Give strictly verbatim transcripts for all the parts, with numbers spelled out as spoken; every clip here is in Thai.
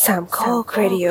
สามข้อครดิโอ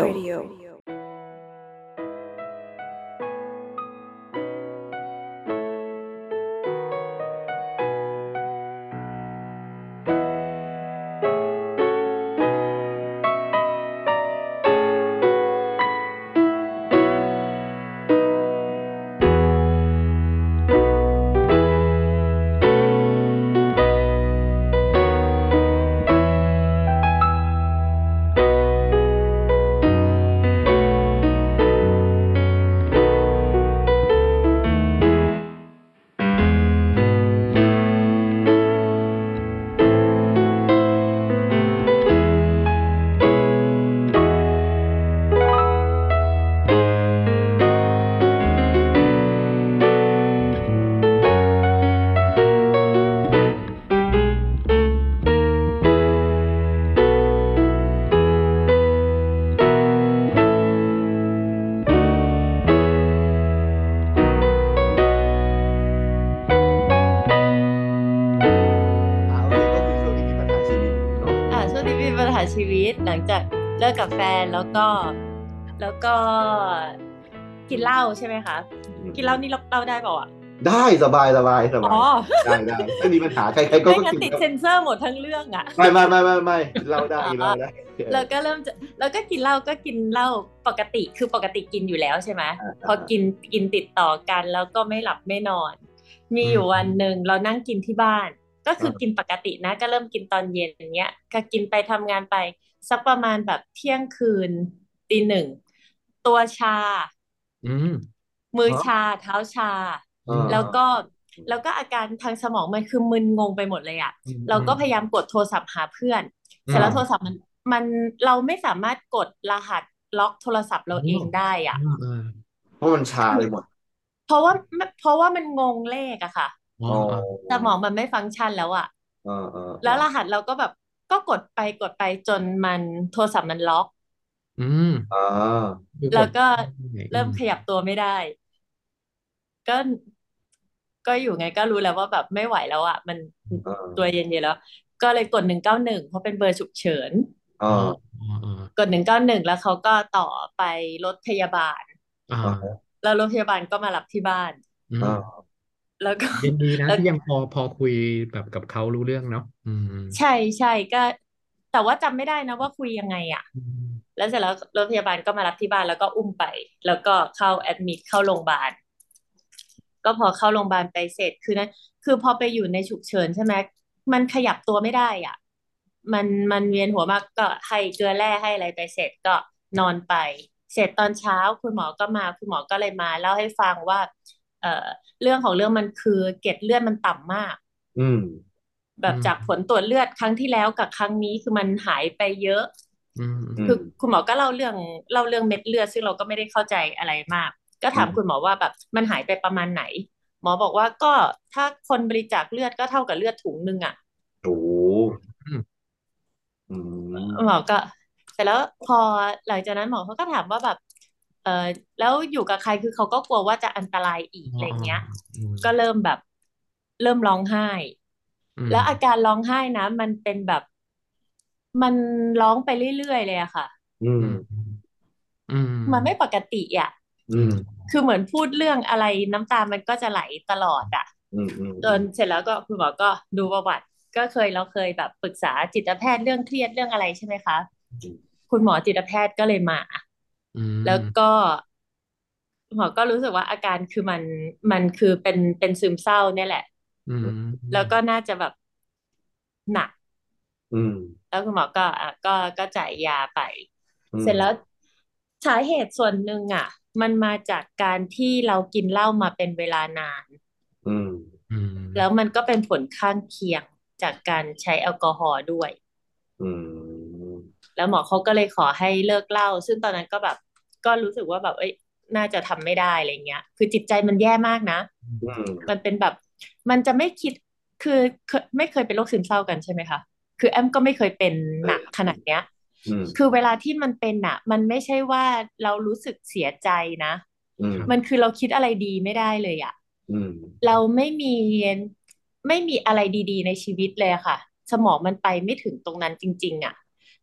อ่าโอเคก็คือช่วงนี้มีปัญหาชีวิตเนาะอ่าช่วงนี้มีปัญหาชีวิตหลังจากเลิกกับแฟนแล้วก็แล้วก็กินเหล้าใช่ไหมคะอืกินเหล้ามนี่เราเล่าได้เปล่าอ่ะได้สบายสบายสอ๋อบายได้ได้ไม่มีปัญหาใครใครก็ไม่งั้นก็กินครับติดเซ็นเซอร์หมดทั้งเรื่องอ่ะไม่ไม่ไม่ไม่ไม่เราได้อ๋อเราได้เออแล้วก็เริ่มจะแล้วก็กินเหล้าก็กินเหล้าปกติคือปกติกินอยู่แล้วใช่ไหมอ่าพออ่ากินกินติดต่อกันแล้วก็ไม่หลับไม่นอนมีอือยู่วันหมนึ่งเรานั่งกินที่บ้านก็คือกิอ่านปกตินะก็เริ่มกินตอนเย็นอย่างเงี้ยก็กินไปทำงานไปสักประมาณแบบเที่ยงคืนตีหนึ่งตัวชาอืมมือฮะชาเท้าชาอ่าอืมแล้วก็อ่าแล้วก็อาการทางสมองมันคือมึนงงไปหมดเลยอ่ะอืมเราอืมก็พยายามกดโทรศัพท์หาเพื่อนอืเสร็จแล้วโทรศัอ่าพท์มันมันเราไม่สามารถกดรหัสล็อกโทรศัพท์เราเองได้อ่าอ่ะอ่าเพราะมันชาคือไปหมดเพราะว่าเพราะว่ามันงงเลขอะค่ะอ๋ออ๋อ่าสมองมันไม่ฟังก์ชันแล้วอะอ่าอ่าอ่าแล้วรหัสเราก็แบบก็กดไปกดไปจนมันโทรศัพท์มันล็อกอืมอ่าคือกดแล้วก็อืเริ่มมขยับตัวไม่ได้ก็ก็อยู่ไงก็รู้แล้วว่าแบบไม่ไหวแล้วอะมันอ่ตัวาเย็นๆแล้วก็เลยกดหนึ่งเก้าหนึ่งเพราะเป็นเบอร์ฉุกเฉินอ่อ๋อาอ๋ออ๋อกดหนึ่งเก้าหนึ่งแล้วเขาก็ต่อไปรถพยาบาลอ่อ่าาแล้วรถพยาบาลก็มารับที่บ้านอือ่มาแล้วก็ยินดี นะแล้วที่ยังพอพอคุยแบบกับเขารู้เรื่องเนาะอืมใช่ใช่ก็แต่ว่าจำไม่ได้นะว่าคุยยังไงอ่ะอืมแล้วเสร็จแล้วรถพยาบาลก็มารับที่บ้านแล้วก็อุ้มไปแล้วก็เข้าแอดมิดเข้าโรงพยาบาลก็พอเข้าโรงพยาบาลไปเสร็จคือนั้นคือพอไปอยู่ในฉุกเฉินใช่ไหมมันขยับตัวไม่ได้อ่ะมันมันเวียนหัวมากก็ให้เกลือแร่ให้อะไรไปเสร็จก็นอนไปเสร็จตอนเช้าคุณหมอก็มาคุณหมอก็เลยมาเล่าให้ฟังว่าเอ่อเรื่องของเรื่องมันคือเกล็ดเลือดมันต่ำมากอืมแบบจากผอืมลตรวจเลือดครั้งที่แล้วกับครั้งนี้คือมันหายไปเยอะอืมอืมคือคุณหมอก็เล่าเรื่องเล่าเรื่องเม็ดเลือดซึ่งเราก็ไม่ได้เข้าใจอะไรมากก็ถามคุณหมออืมว่าแบบมันหายไปประมาณไหนหมอบอกว่าก็ถ้าคนบริจาคเลือดก็เท่ากับเลือดถุงหนึ่งอ่ะโอ้โหอืมอืมหมอก็เสร็จแล้วพอหลังจากนั้นหมอเขาก็ถามว่าแบบเออแล้วอยู่กับใครคือเขาก็กลัวว่าจะอันตรายอีกอ๋ออ๋ออะไรเงี้ยอืมก็เริ่มแบบเริ่มร้องไห้อืมแล้วอาการร้องไห้นะมันเป็นแบบมันร้องไปเรื่อยๆเลยอะค่ะอืมอืมอืมมันไม่ปกติอะอืมอืมคือเหมือนพูดเรื่องอะไรน้ำตามันก็จะไหลตลอดอะอืมอืมจนเสร็จแล้วก็คุณหมอก็ดูประวัติก็เคยเราเคยแบบปรึกษาจิตแพทย์เรื่องเครียดเรื่องอะไรใช่ไหมคะอืมคุณหมอจิตแพทย์ก็เลยมาอืแล้วมก็หมอก็รู้สึกว่าอาการคือมันมันคือเป็นเป็นซึมเศร้าเนี่ยแหละอืแล้วก็มน่าจะแบบหนักอืมแล้วคุณหมอก็อ่ะก็ก็จ่ายยาไปอืมเสร็จแล้วสาเหตุส่วนหนึ่งอ่ะมันมาจากการที่เรากินเหล้ามาเป็นเวลานานอืมอืแล้วมมันก็เป็นผลข้างเคียงจากการใช้แอลกอฮอล์ด้วยอืมแล้วหมอเขาก็เลยขอให้เลิกเหล้าซึ่งตอนนั้นก็แบบก็รู้สึกว่าแบบเอ้ยน่าจะทำไม่ได้อะไรเงี้ยคือจิตใจมันแย่มากนะอืมมันเป็นแบบมันจะไม่คิดคือเคยไม่เคยเป็นโรคซึมเศร้ากันใช่ไหมคะคือแอมก็ไม่เคยเป็นหนักขนาดเนี้ยอืมคือเวลาที่มันเป็นอ่ะมันไม่ใช่ว่าเรารู้สึกเสียใจนะอืมครับมันคือเราคิดอะไรดีไม่ได้เลยอ่ะอืมเราไม่มีไม่มีอะไรดีๆในชีวิตเลยอะค่ะสมองมันไปไม่ถึงตรงนั้นจริงๆอ่ะ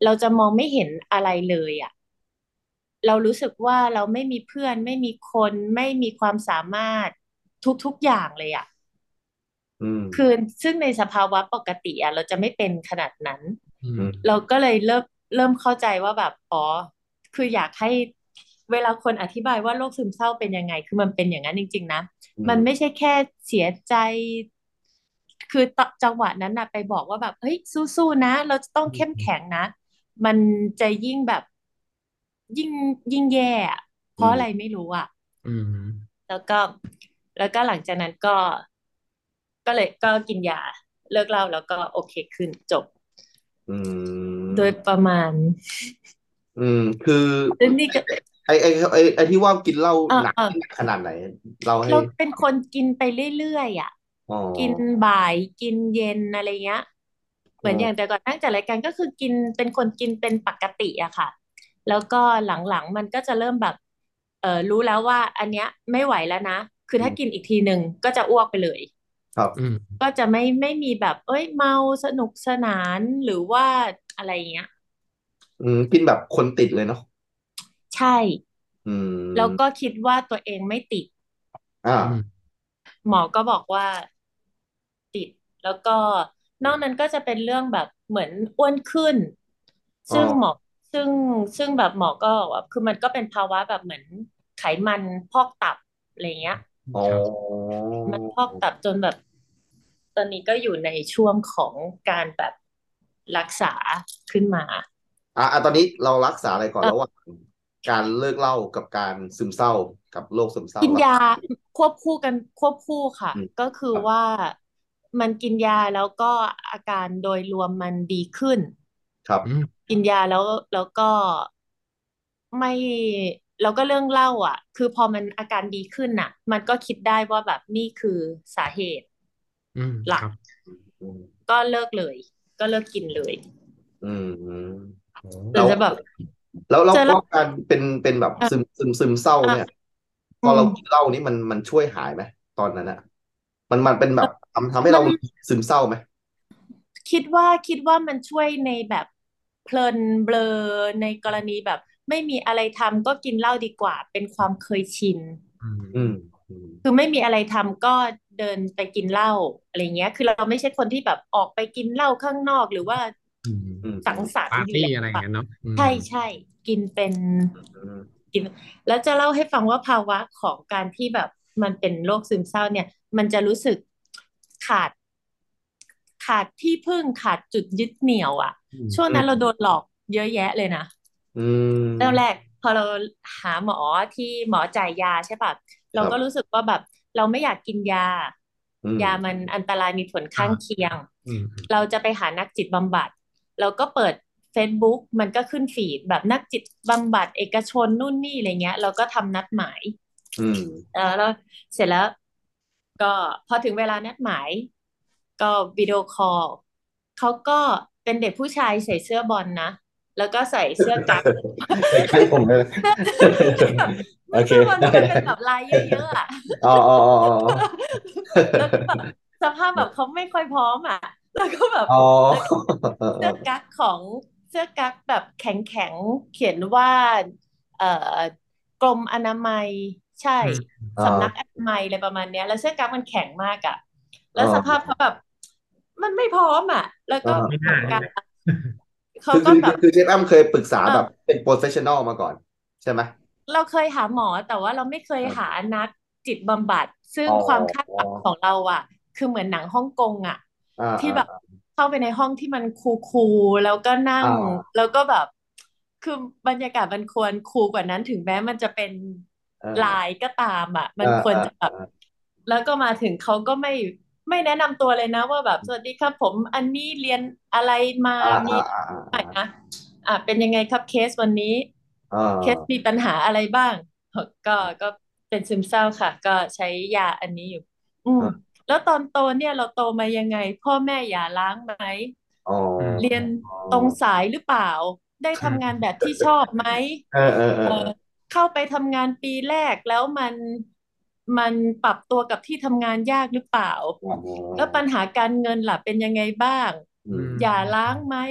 เราจะมองไม่เห็นอะไรเลยอ่ะเรารู้สึกว่าเราไม่มีเพื่อนไม่มีคนไม่มีความสามารถทุกๆอย่างเลยอ่ะอืมคือซึ่งในสภาวะปกติอ่ะเราจะไม่เป็นขนาดนั้นอืมอืมเราก็เลยเริ่มเริ่มเข้าใจว่าแบบอ๋อคืออยากให้เวลาคนอธิบายว่าโรคซึมเศร้าเป็นยังไงคือมันเป็นอย่างนั้นจริงๆนะอืมมันไม่ใช่แค่เสียใจคือตจังหวะนั้นนะไปบอกว่าแบบเฮ้ยสู้ๆนะเราจะต้องอืเข้มมแข็งนะมันจะยิ่งแบบยิ่งยิ่งแย่อะเพอืมราะอะไรไม่รู้อ่ะอืมแล้วก็แล้วก็หลังจากนั้นก็ก็เลยก็กินยาเลิกเหล้าแล้วก็โอเคขึ้นจบอืโดยมประมาณอืมคือซึ่งนี่ก็ไอไอไอไอที่ว่ากินเหล้าเออเออหนักนี่หนักขนาดไหนเราให้เราเป็นคนกินไปเรื่อยๆอ่ะอ๋อกินบ่ายกินเย็นอะไรเงี้ยเหอ๋อมือนอย่างแต่ก่อนนั่งจัดรายการก็คือกินเป็นคนกินเป็นปกติอะค่ะแล้วก็หลังๆมันก็จะเริ่มแบบเออรู้แล้วว่าอันเนี้ยไม่ไหวแล้วนะคืออืมถ้ากินอีกทีหนึ่งก็จะอ้วกไปเลยครับอืมก็จะไม่ไม่มีแบบเอ้ยเมาสนุกสนานหรือว่าอะไรเงี้ยอืมกินแบบคนติดเลยเนาะใช่อืแล้วก็มคิดว่าตัวเองไม่ติดอ่าอืมหมอก็บอกว่าติดแล้วก็นอกนั้นก็จะเป็นเรื่องแบบเหมือนอ้วนขึ้นอ๋อซึ่งหมอซึ่งซึ่งแบบหมอก็บอกว่าคือมันก็เป็นภาวะแบบเหมือนไขมันพอกตับอะไรเงี้ยอ๋อครับมันพอกตับจนแบบตอนนี้ก็อยู่ในช่วงของการแบบรักษาขึ้นมาอ่ะอ่ะตอนนี้เรารักษาอะไรก่อนเอ่อระหว่างการเลิกเหล้ากับการซึมเศร้ากับโรคซึมเศร้ารักกินยาควบคู่กันควบคู่ค่ะอืมก็คือครับว่ามันกินยาแล้วก็อาการโดยรวมมันดีขึ้นครับอืมกินยาแล้วแล้วก็ไม่แล้วก็เรื่องเล่าอ่ะคือพอมันอาการดีขึ้นน่ะมันก็คิดได้ว่าแบบนี่คือสาเหตุอืมหลักครับอืมก็เลิกเลยก็เลิกกินเลยอืมอืมโอ้แล้วแต่จะแบบแล้วแล้วจะเล่าแล้วการเป็นเป็นแบบอ่ะซึมซึมซึมเศร้าอ่ะเนี่ยพอืมอเรากินเหล้านี่มันมันช่วยหายไหมตอนนั้นอะมันมันเป็นแบบทำทำให้เรามันซึมเศร้าไหมคิดว่าคิดว่ามันช่วยในแบบเพลินเบลอในกรณีแบบไม่มีอะไรทำก็กินเหล้าดีกว่าเป็นความเคยชินอือืมมอืมคือไม่มีอะไรทำก็เดินไปกินเหล้าอะไรเงี้ยคือเราไม่ใช่คนที่แบบออกไปกินเหล้าข้างนอกหรือว่าอืมอืมสังสรรค์อยู่ปาร์ตี้แล้วอะอะไรอย่างเงี้ยเนาะอืใช่มใช่กินเป็นอืมกินแล้วจะเล่าให้ฟังว่าภาวะของการที่แบบมันเป็นโรคซึมเศร้าเนี่ยมันจะรู้สึกขาดขาดที่พึ่งขาดจุดยึดเหนี่ยวอะอืมช่วงนั้นเราอืมโดนหลอกเยอะแยะเลยนะอืเริ่มแรมกพอเราหาหมอที่หมอจ่ายยาใช่ปะคเรารับก็รู้สึกว่าแบบเราไม่อยากกินยาอืมยามันอันตรายมีผลอ่าข้างเคียงอืมเราจะไปหานักจิตบำบัดเราก็เปิด เฟซบุ๊ก มันก็ขึ้นฟีดแบบนักจิตบำบัดเอกชนนู่นนี่อะไรเงี้ยเราก็ทำนัดหมายอืมเออแล้วเสร็จแล้วก็พอถึงเวลานัดหมายก็วิดีโอคอลเขาก็เป็นเด็กผู้ชายใส่เสื้อบอลนะแล้วก็ใส่เสื้อกั๊กใกล้ๆผมเลยที่แบบโอเคเสื้อบอลได้ได้ที่มันเป็นแบบลายเยอะๆอ่ะอ๋ออ๋ออ๋ออ๋อแล้วก็แบบสภาพแบบเขาไม่ค่อยพร้อมอ่ะแล้วก็แบบอ๋อแล้วก็เสื้อกั๊กของเสื้อกั๊กแบบแข็งๆเขียนว่าเอ่อกรมอนามัยใช่อืมอ๋อสำนักอนามัยอะไรประมาณเนี้ยแล้วเสื้อกั๊กมันแข็งมากอ่ะอ๋อแล้วสภาพเขาแบบมันไม่พร้อมอ่ะแล้วอ๋ก็ไม่ปากกาน่าใช่ไหมเขาคือคือก็แบบคือเจฟแอมเคยปรึกษาเออแบบเป็นโปรเฟชชั่นอลมาก่อนใช่ไหมเราเคยหาหมอแต่ว่าเราไม่เคยหาอ่านักจิตบำบัดซึ่อ๋องความคาดหวังของเราอ่ะคือเหมือนหนังฮ่องกงอ่ะอ่าที่แบบอ่าเข้าไปในห้องที่มันคูลๆแล้วก็นั่อ่งาแล้วก็แบบคือบรรยากาศมันควรคูลกว่านั้นถึงแม้มันจะเป็นอ่ลายาก็ตามอ่ะมันอ่าควรอ่าจะแบบอ่าแล้วก็มาถึงเขาก็ไม่ไม่แนะนำตัวเลยนะว่าแบบสวัสดีครับผมอันนี้เรียนอะไรมาอ่ามีอ่าอ่าใหม่นะอ่ะเป็นยังไงครับเคสวันนี้อ่เคสามีปัญหาอะไรบ้าง ก็ก็เป็นซึมเศร้าค่ะก็ใช้ยาอันนี้อยู่อืมอ่าแล้วตอนโตเนี่ยเราโตมายังไงพ่อแม่หย่าร้างไหมอ๋ออืมเรียนอ๋อตรงสายหรือเปล่าได้อืทำงานมแบบที่ชอบไหมเออเออเออเออเออเข้าไปทำงานปีแรกแล้วมันมันปรับตัวกับที่ทำงานยากหรือเปล่าอ๋อแล้วปัญหาการเงินล่ะเป็นยังไงบ้างอืมอืมหย่าร้างไหม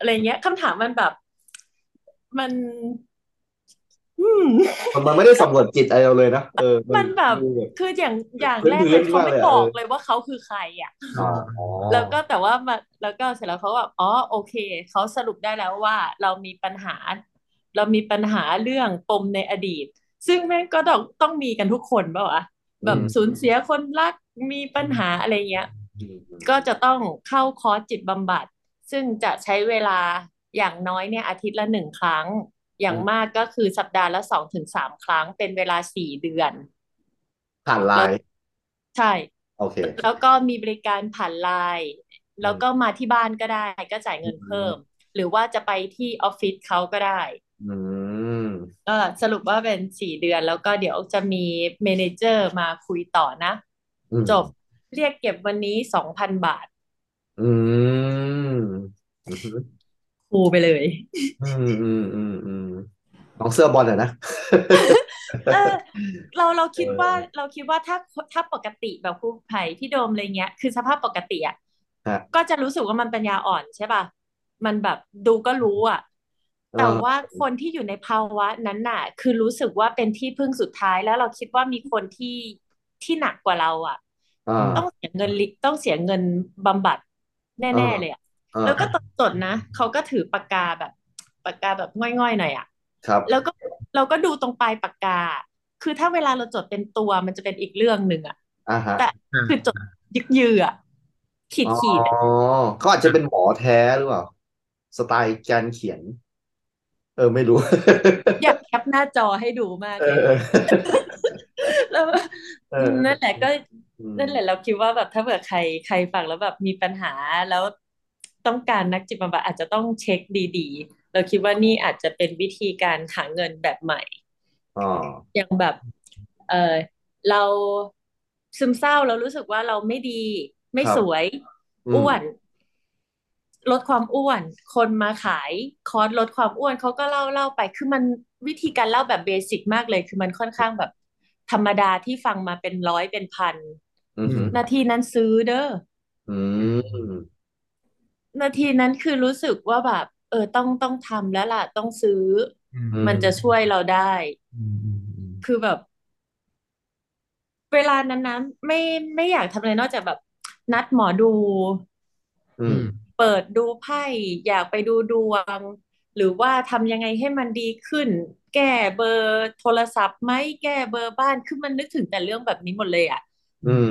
อะไรเงี้ยคำถามมันแบบมันอืมมันมันไม่ได้สำรวจจิตอะไรเราเลยนะเออมันมันแบบดูแบบคืออย่างอย่างพื้นพื้นแรกเลยเขามากเลยอ่ะเออไม่บอกเลยว่าเขาคือใครอ่ะอ๋อแล้วก็แต่ว่ามาแล้วก็เสร็จแล้วเขาก็แบบอ๋อโอเคเขาสรุปได้แล้วว่าเรามีปัญหาเรามีปัญหาเรื่องปมในอดีตซึ่งแม่งก็ต้องต้องมีกันทุกคนเปล่าวะอืแบบสูญมเสียคนรักมีปัญหาอะไรเงี้ยอืมอืมก็จะต้องเข้าคอร์สจิตบำบัดซึ่งจะใช้เวลาอย่างน้อยเนี่ยอาทิตย์ละหนึ่งครั้งอย่างมากก็คือสัปดาห์ละสองถึงสามครั้งเป็นเวลาสี่เดือนผ่านไลแล้วน์ใช่โอเคแล้วก็มีบริการผ่านไลน์แล้วก็อืมมาที่บ้านก็ได้ก็จ่ายอืเงินเพิ่มมหรือว่าจะไปที่ออฟฟิศเขาก็ได้อืมก็สรุปว่าเป็นสี่เดือนแล้วก็เดี๋ยวจะมีเมเนเจอร์มาคุยต่อนะอืมจบเรียกเก็บวันนี้สองพันบาทอืมอืมคูไปเลยอืมอืมอืมอืมน้องเสื้อบอลอะนะเออเราเราเคิดว่าออเราคิดว่าถ้าถ้าปกติแบบครูไผ่พี่โดมอะไรเงี้ยคือสภาพปกติอ่ะฮะก็จะรู้สึกว่ามันปัญญาอ่อนใช่ป่ะมันแบบดูก็รู้อ่ะเอแต่ว่าอคนที่อยู่ในภาวะนั้นน่ะคือรู้สึกว่าเป็นที่พึ่งสุดท้ายแล้วเราคิดว่ามีคนที่ที่หนักกว่าเราอ่ะอ่อืมต้องาเสียเงินลิต้องเสียเงินบำบัดอ่าแน่ๆเลยอ่ะอ่าแล้วก็ตดจดนะเขาก็ถือปากกาแบบปากกาแบบง่อยๆหน่อยอ่ะครับแล้วก็เราก็ดูตรงปลายปากกา คือถ้าเวลาเราจดเป็นตัวมันจะเป็นอีกเรื่องหนึ่งอะอ่าฮะแต่อ่คือจดายึกยืออะขีอ๋อดขีดอะเขาอาจจะเป็นหมอแท้หรือเปล่าสไตล์การเขียนเออไม่รู้อยากแคปหน้าจอให้ดูมาเอกเลยอแล้วเออืมนั่นแหละอก็อืมนั่นแหละเราคิดว่าแบบถ้าเผื่อใครใครฟังแล้วแบบมีปัญหาแล้วต้องการนักจิตบำบัดอาจจะต้องเช็คดีๆเราคิดว่านี่อาจจะเป็นวิธีการหาเงินแบบใหม่อ๋ออย่างแบบเออเราซึมเศร้าเรารู้สึกว่าเราไม่ดีคไม่รับสวยอืมอ้วนลดความอ้วนคนมาขายคอร์สลดความอ้วนเขาก็เล่าเล่าไปคือมันวิธีการเล่าแบบเบสิกมากเลยคือมันค่อนข้างแบบธรรมดาที่ฟังมาเป็นร้อยเป็นพันอืมอืมนาทีนั้นซื้อเด้ออืมนาทีนั้นคือรู้สึกว่าแบบเออต้องต้องทำแล้วล่ะต้องซื้ออืมอืมันจะช่วยมเราได้อืมอืมอืมคือแบบ เวลานั้นนะไม่ไม่อยากทำอะไรนอกจากแบบนัดหมอดูอืมอืมเปิดดูไพ่อยากไปดูดวงหรือว่าทำยังไงให้มันดีขึ้นแก้เบอร์โทรศัพท์ไหมแก้เบอร์บ้านคือมันนึกถึงแต่เรื่องแบบนี้หมดเลยอ่ะอืม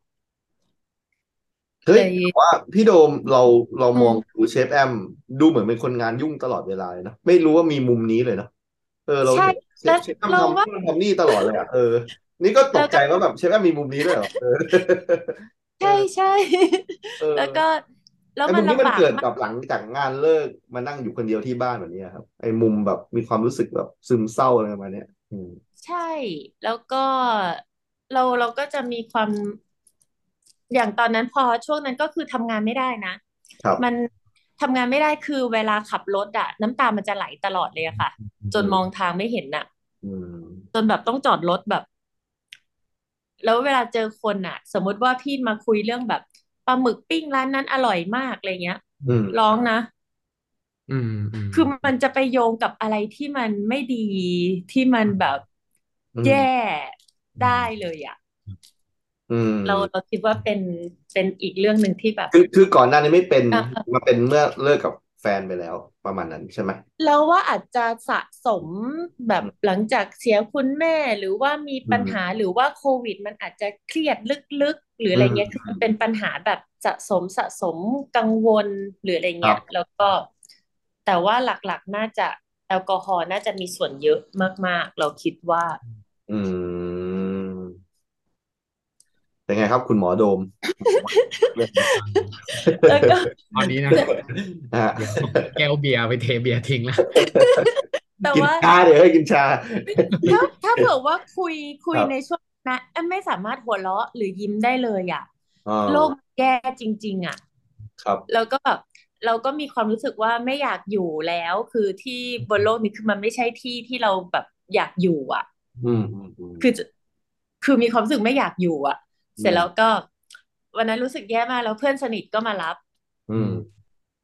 เฮ้ยเลยแต่ว่าพี่โดมเราเราอืมมองดูเชฟแอมดูเหมือนเป็นคนงานยุ่งตลอดเวลาเลยนะไม่รู้ว่ามีมุมนี้เลยเนอะเออเราใช่เห็นเชแล้วฟเชฟแอมเราว่าทำนู่นทำนี่ตลอดเลยอ่ะเออนี่ก็ตแล้วก็กใจว่าแบบเชฟแอมมีมุมนี้ด้วยเหรอเออ เอใช่อใช่เอแล้วก็อแล้วมันไอ้มุมนี้มันลำบากมากเกิดกับหลังจากงานเลิกมานั่งอยู่คนเดียวที่บ้านแบบนี้ครับไอ้มุมแบบมีความรู้สึกแบบซึมเศร้าอะไรประมาณเนี้ยอืมใช่แล้วก็เราเราก็จะมีความ อย่างตอนนั้นพอช่วงนั้นก็คือทำงานไม่ได้นะครับมันทำงานไม่ได้คือเวลาขับรถอะน้ำตามันจะไหลตลอดเลยอะค่ะจนมองอืมทางไม่เห็นน่ะอืจมนแบบต้องจอดรถแบบแล้วเวลาเจอคนอะสมมุติว่าพี่มาคุยเรื่องแบบปลาหมึกปิ้งร้านนั้นอร่อยมากอะไรเงี้ยอืมร้องนะอืมอืมคือมันจะไปโยงกับอะไรที่มันไม่ดีที่มันแบบอืมแย่อืได้มเลยอะอืเราเรามคิดว่าเป็นเป็นอีกเรื่องหนึ่งที่แบบคือคือก่อนหน้านี้ไม่เป็นมาเป็นเมื่อเลิกกับแฟนไปแล้วประมาณนั้นใช่ไหมแล้วว่าอาจจะสะสมแบบอืมหลังจากเสียคุณแม่หรือว่ามีอืปัญหามหรือว่าโควิดมันอาจจะเครียดลึกๆหรืออือะไรเงี้ยคือมันเป็นมปัญหาแบบสะสมสะสมกังวลหรืออะไรเงี้ยครับแล้วก็แต่ว่าหลักๆน่าจะแอลกอฮอล์น่าจะมีส่วนเยอะมากๆเราคิดว่าอืมเป็นไงครับคุณหมอโดมเรื่องนี้ฟังแล้วก็ตอนนี้นะนะฮะเดี๋ยวแก้วเบียร์ไปเทเบียร์ทิ้งละแต่ว่ากินชาเดี๋ยวให้กินชาถ้าถ้าเผื่อว่าคุยคุครับยในช่วงนะแอมไม่สามารถหัวเราะหรือยิ้มได้เลยอ่ะอ๋โลกมันอแย่จริงๆอ่ะครับแล้วก็แบบเราก็มีความรู้สึกว่าไม่อยากอยู่แล้วคือที่บนโลกนี้คือมันไม่ใช่ที่ที่เราแบบอยากอยู่อ่ะอืมอืมอืมคือจะคือมีความรู้สึกไม่อยากอยู่อ่ะอืมเสร็จแล้วก็วันนั้นรู้สึกแย่มากแล้วเพื่อนสนิทก็มารับอืม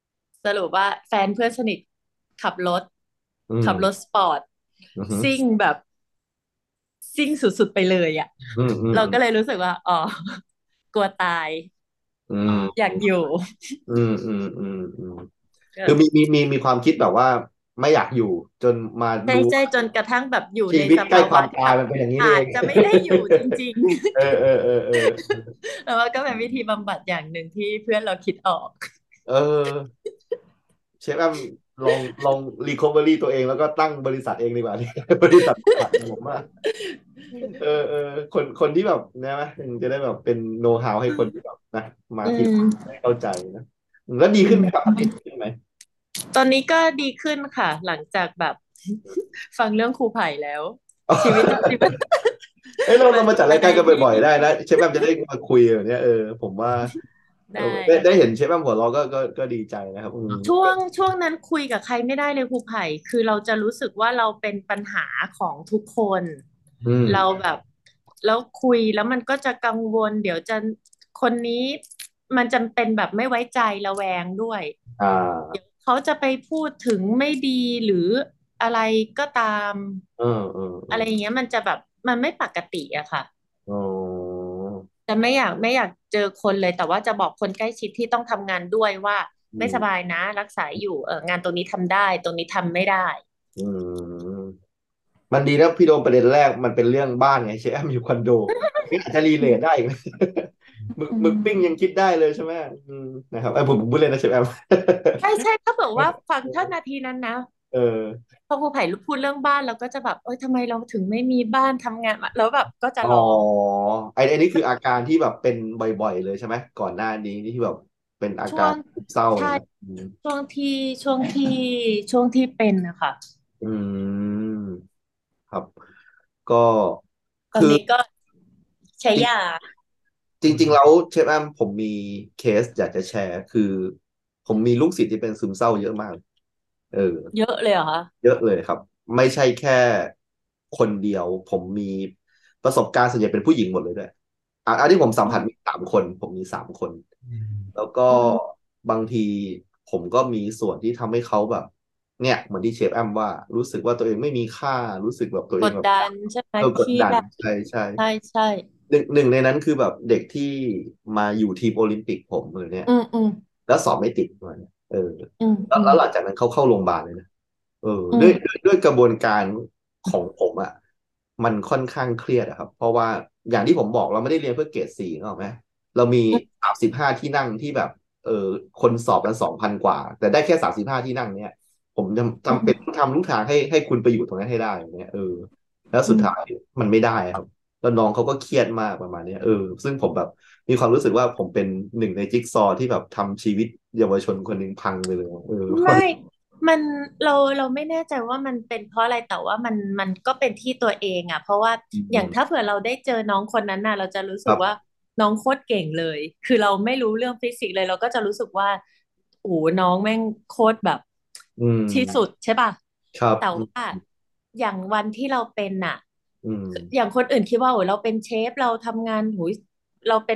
สรุปว่าแฟนเพื่อนสนิทขับรถอืขับรถมสปอร์ตอืมซิ่งแบบซิ่งสุดๆไปเลยอ่ะอืมอืมอืมเราก็เลยรู้สึกว่าอ๋อกลัวตายอืมอยากอยู่อืมอืมอืมอืมก็คือมีมีมีมีความคิดแบบว่าไม่อยากอยู่จนมาใช่รู้ว่าใช่จนกระทั่งแบบอยู่ชีในสวิตใกล้ความภาวะที่แบบตายมันเป็นอย่างนี้นี่อาเองจจะไม่ได้อยู่จริงเออเออเออเออๆแล้วว่าก็เป็นวิธีบำบัดอย่างหนึ่งที่เพื่อนเราคิดออกเออเชฟแอมลองลองรีคอเวอรี่ตัวเองแล้วก็ตั้งบริษัทเองดีกว่านี่บริษัทบำบัดผมว่าเออเออคนคนที่แบบนะไหมจะได้แบบเป็นโน้ตฮาวให้คนที่แบบนะมาอืที่มได้เข้าใจนะแล้วดีอืขึ้นไหมครับมดีขึ้นไหมตอนนี้ก็ดีขึ้นค่ะหลังจากแบบฟังเรื่องครูไผ่แล้วชีวิตจริงๆมันเอ้ยเรามันเรามาจัดอะไรรายการกันที่บ่อยๆได้นะเชฟแอมจะได้มาคุยแบบเนี้ยเออผมว่าเออได้ได้ได้เห็นเชฟแอมหัวเราะก็ก็ก็ดีใจนะครับอืมช่วงช่วงนั้นคุยกับใครไม่ได้เลยครูไผ่คือเราจะรู้สึกว่าเราเป็นปัญหาของทุกคนอืมเราแบบแล้วคุยแล้วมันก็จะกังวลเดี๋ยวจะคนนี้มันจำเป็นแบบไม่ไว้ใจระแวงด้วยอ่าเขาจะไปพูดถึงไม่ดีหรืออะไรก็ตามเออเออเอออะไรอย่างเงี้ยมันจะแบบมันไม่ปกติอะค่ะอ๋อจะไม่อยากไม่อยากเจอคนเลยแต่ว่าจะบอกคนใกล้ชิดที่ต้องทำงานด้วยว่าอืไม่สบายมนะรักษาอยู่เอองานตรงนี้ทำได้ตรงนี้ทำไม่ได้อืมมันดีนะพี่โดมประเด็นแรกมันเป็นเรื่องบ้านไงเชฟแอมอยู่คอนโดนี่อาจจะรีเลทได้อีกนะหมึกอืหมึกปิ้งยังมคิดได้เลยใช่ไหมอืมนะครับไอ้ยผมผมพูดเล่นนะเชฟแอมใช่ใช่ถ้าเผื่อว่าฟังท่านาทีนั้นนะเออพอครูไผ่พูดเรื่องบ้านเราก็จะแบบเอ้ยทำไมเราถึงไม่มีบ้านทำงานมาแล้วแบบก็จะอ๋อร้องไอ้ไอ้นี่คืออาการที่แบบเป็นบ่อยๆเลยใช่ไหมก่อนหน้านี้นี่ที่แบบเป็นอาการช่วงเศร้าเลยใช่นะอืมช่วงที่ช่วงที่ช่วงที่เป็นนะคะอืมครับ ก็คือตอนนี้ก็ใช้จริงยาจริงๆแล้วเชฟแอมผมมีเคสอยากจะแชร์คือผมมีลูกศิษย์ที่เป็นซึมเศร้าเยอะมากเออเยอะเลยเหรอคะเยอะเลยครับไม่ใช่แค่คนเดียวผมมีประสบการณ์ส่วนใหญ่เป็นผู้หญิงหมดเลยด้วยอ่ะอันที่ผมสัมอืมผัสมีสามคนผมมีสามคนอืมแล้วก็อืมบางทีผมก็มีส่วนที่ทำให้เขาแบบเนี่ยเหมือนที่เชฟแอมว่ารู้สึกว่าตัวเองไม่มีค่ารู้สึกแบบตัวเองแบบกดดันใช่ไหมเออเครีกดดันยดใช่ใช่ใช่ใช่หนึ่งหนึ่งในนั้นคือแบบเด็กที่มาอยู่ทีมโอลิมปิกผมเลยเนี่ยอืมอืมแล้วสอบไม่ติดมาเนี่ยเอออืมแล้วอืมแล้วหลังจากนั้นเขาเข้าโรงพยาบาลเลยนะ เอออืมด้วยด้วยด้วยกระบวนการของผมอ่ะมันค่อนข้างเครียดอะครับเพราะว่าอย่างที่ผมบอกเราไม่ได้เรียนเพื่อเกรดสี่นึกออกไหมเรามีอืมสามสิบห้าที่นั่งที่แบบเออคนสอบกันสองพันกว่าแต่ได้แค่สามสิบห้าที่นั่งเนี้ยผมจำอืจำเป็นต้องมทำทุกทางให้ให้คุณไปอยู่ตรงนั้นให้ได้อย่างเงี้ยเออแล้วอืมสุดท้ายมันไม่ได้ครับแล้วน้องเขาก็เครียดมากประมาณเนี้ยเออซึ่งผมแบบมีความรู้สึกว่าผมเป็นหนึ่งในจิ๊กซอว์ที่แบบทำชีวิตเยาวชนคนหนึ่งพังไปเลยเออไม่มันเราเราไม่แน่ใจว่ามันเป็นเพราะอะไรแต่ว่ามันมันก็เป็นที่ตัวเองอ่ะเพราะว่าอือย่างถ้ามเผื่อเราได้เจอน้องคนนั้นน่ะเราจะรู้คสึกว่ารับน้องโคตรเก่งเลยคือเราไม่รู้เรื่องฟิสิกส์เลยเราก็จะรู้สึกว่าโอ้โหน้องแม่งโคตรแบบอืมที่สุดใช่ป่ะครับแต่ว่าอย่างวันที่เราเป็นน่ะอืมอย่างคนอื่นคิดว่าโอ้ยเราเป็นเชฟเราทำงานหูยเราเป็น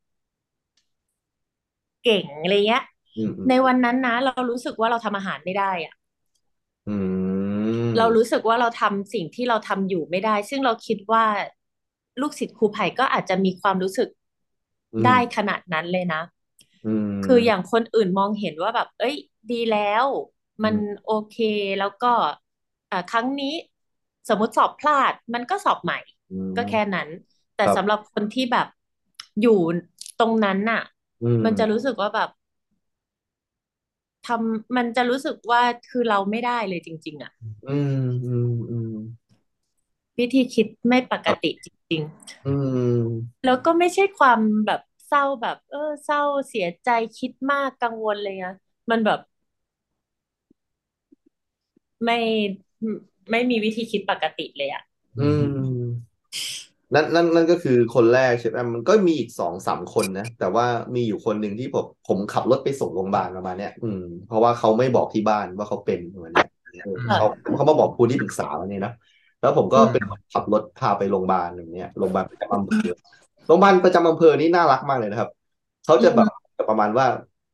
เก่งอะไรเงี้ยอืมอืมในวันนั้นนะเรารู้สึกว่าเราทำอาหารไม่ได้อะอืเรารู้มสึกว่าเราทำสิ่งที่เราทำอยู่ไม่ได้ซึ่งเราคิดว่าลูกศิษย์ครูไผ่ก็อาจจะมีความรู้สึกอืมได้ขนาดนั้นเลยนะอืคืออย่างมคนอื่นมองเห็นว่าแบบเอ้ยดีแล้วมันอืมโอเคแล้วก็อ่าครั้งนี้สมมติสอบพลาดมันก็สอบใหม่อืก็แค่มนั้นแต่ครับสำหรับคนที่แบบอยู่ตรงนั้นน่ะอืมันจะมรู้สึกว่าแบบ ทำมันจะรู้สึกว่าคือเราไม่ได้เลยจริงๆอะอืมอืมอืมวิธีคิดไม่ปกครับติจริงอืมๆแล้วก็ไม่ใช่ความแบบเศร้าแบบเออเศร้าเสียใจคิดมากกังวลเลยนะมันแบบไม่ไม่มีวิธีคิดปกติเลยอะอืมนั่นนั่นนั่นก็คือคนแรกใช่ไหมมันก็มีอีกสองสามคนนะแต่ว่ามีอยู่คนหนึ่งที่ผมผมขับรถไปส่งโรงพยาบาลประมาณเนี้ยอืมเพราะว่าเขาไม่บอกที่บ้านว่าเขาเป็นประมาณเนี้ยเออเขาค่ะเขามาบอกครูที่ปรึกษาวันนี้นะแล้วผมก็อืเป็นมคนขับรถพาไปโรงพยาบาลอย่างเงี้ยโรงพยาบาลประจำอำเภอ โรงพยาบาลประจำอำเภอนี่น่ารักมากเลยนะครับ เขาจะแบบอืมประมาณว่า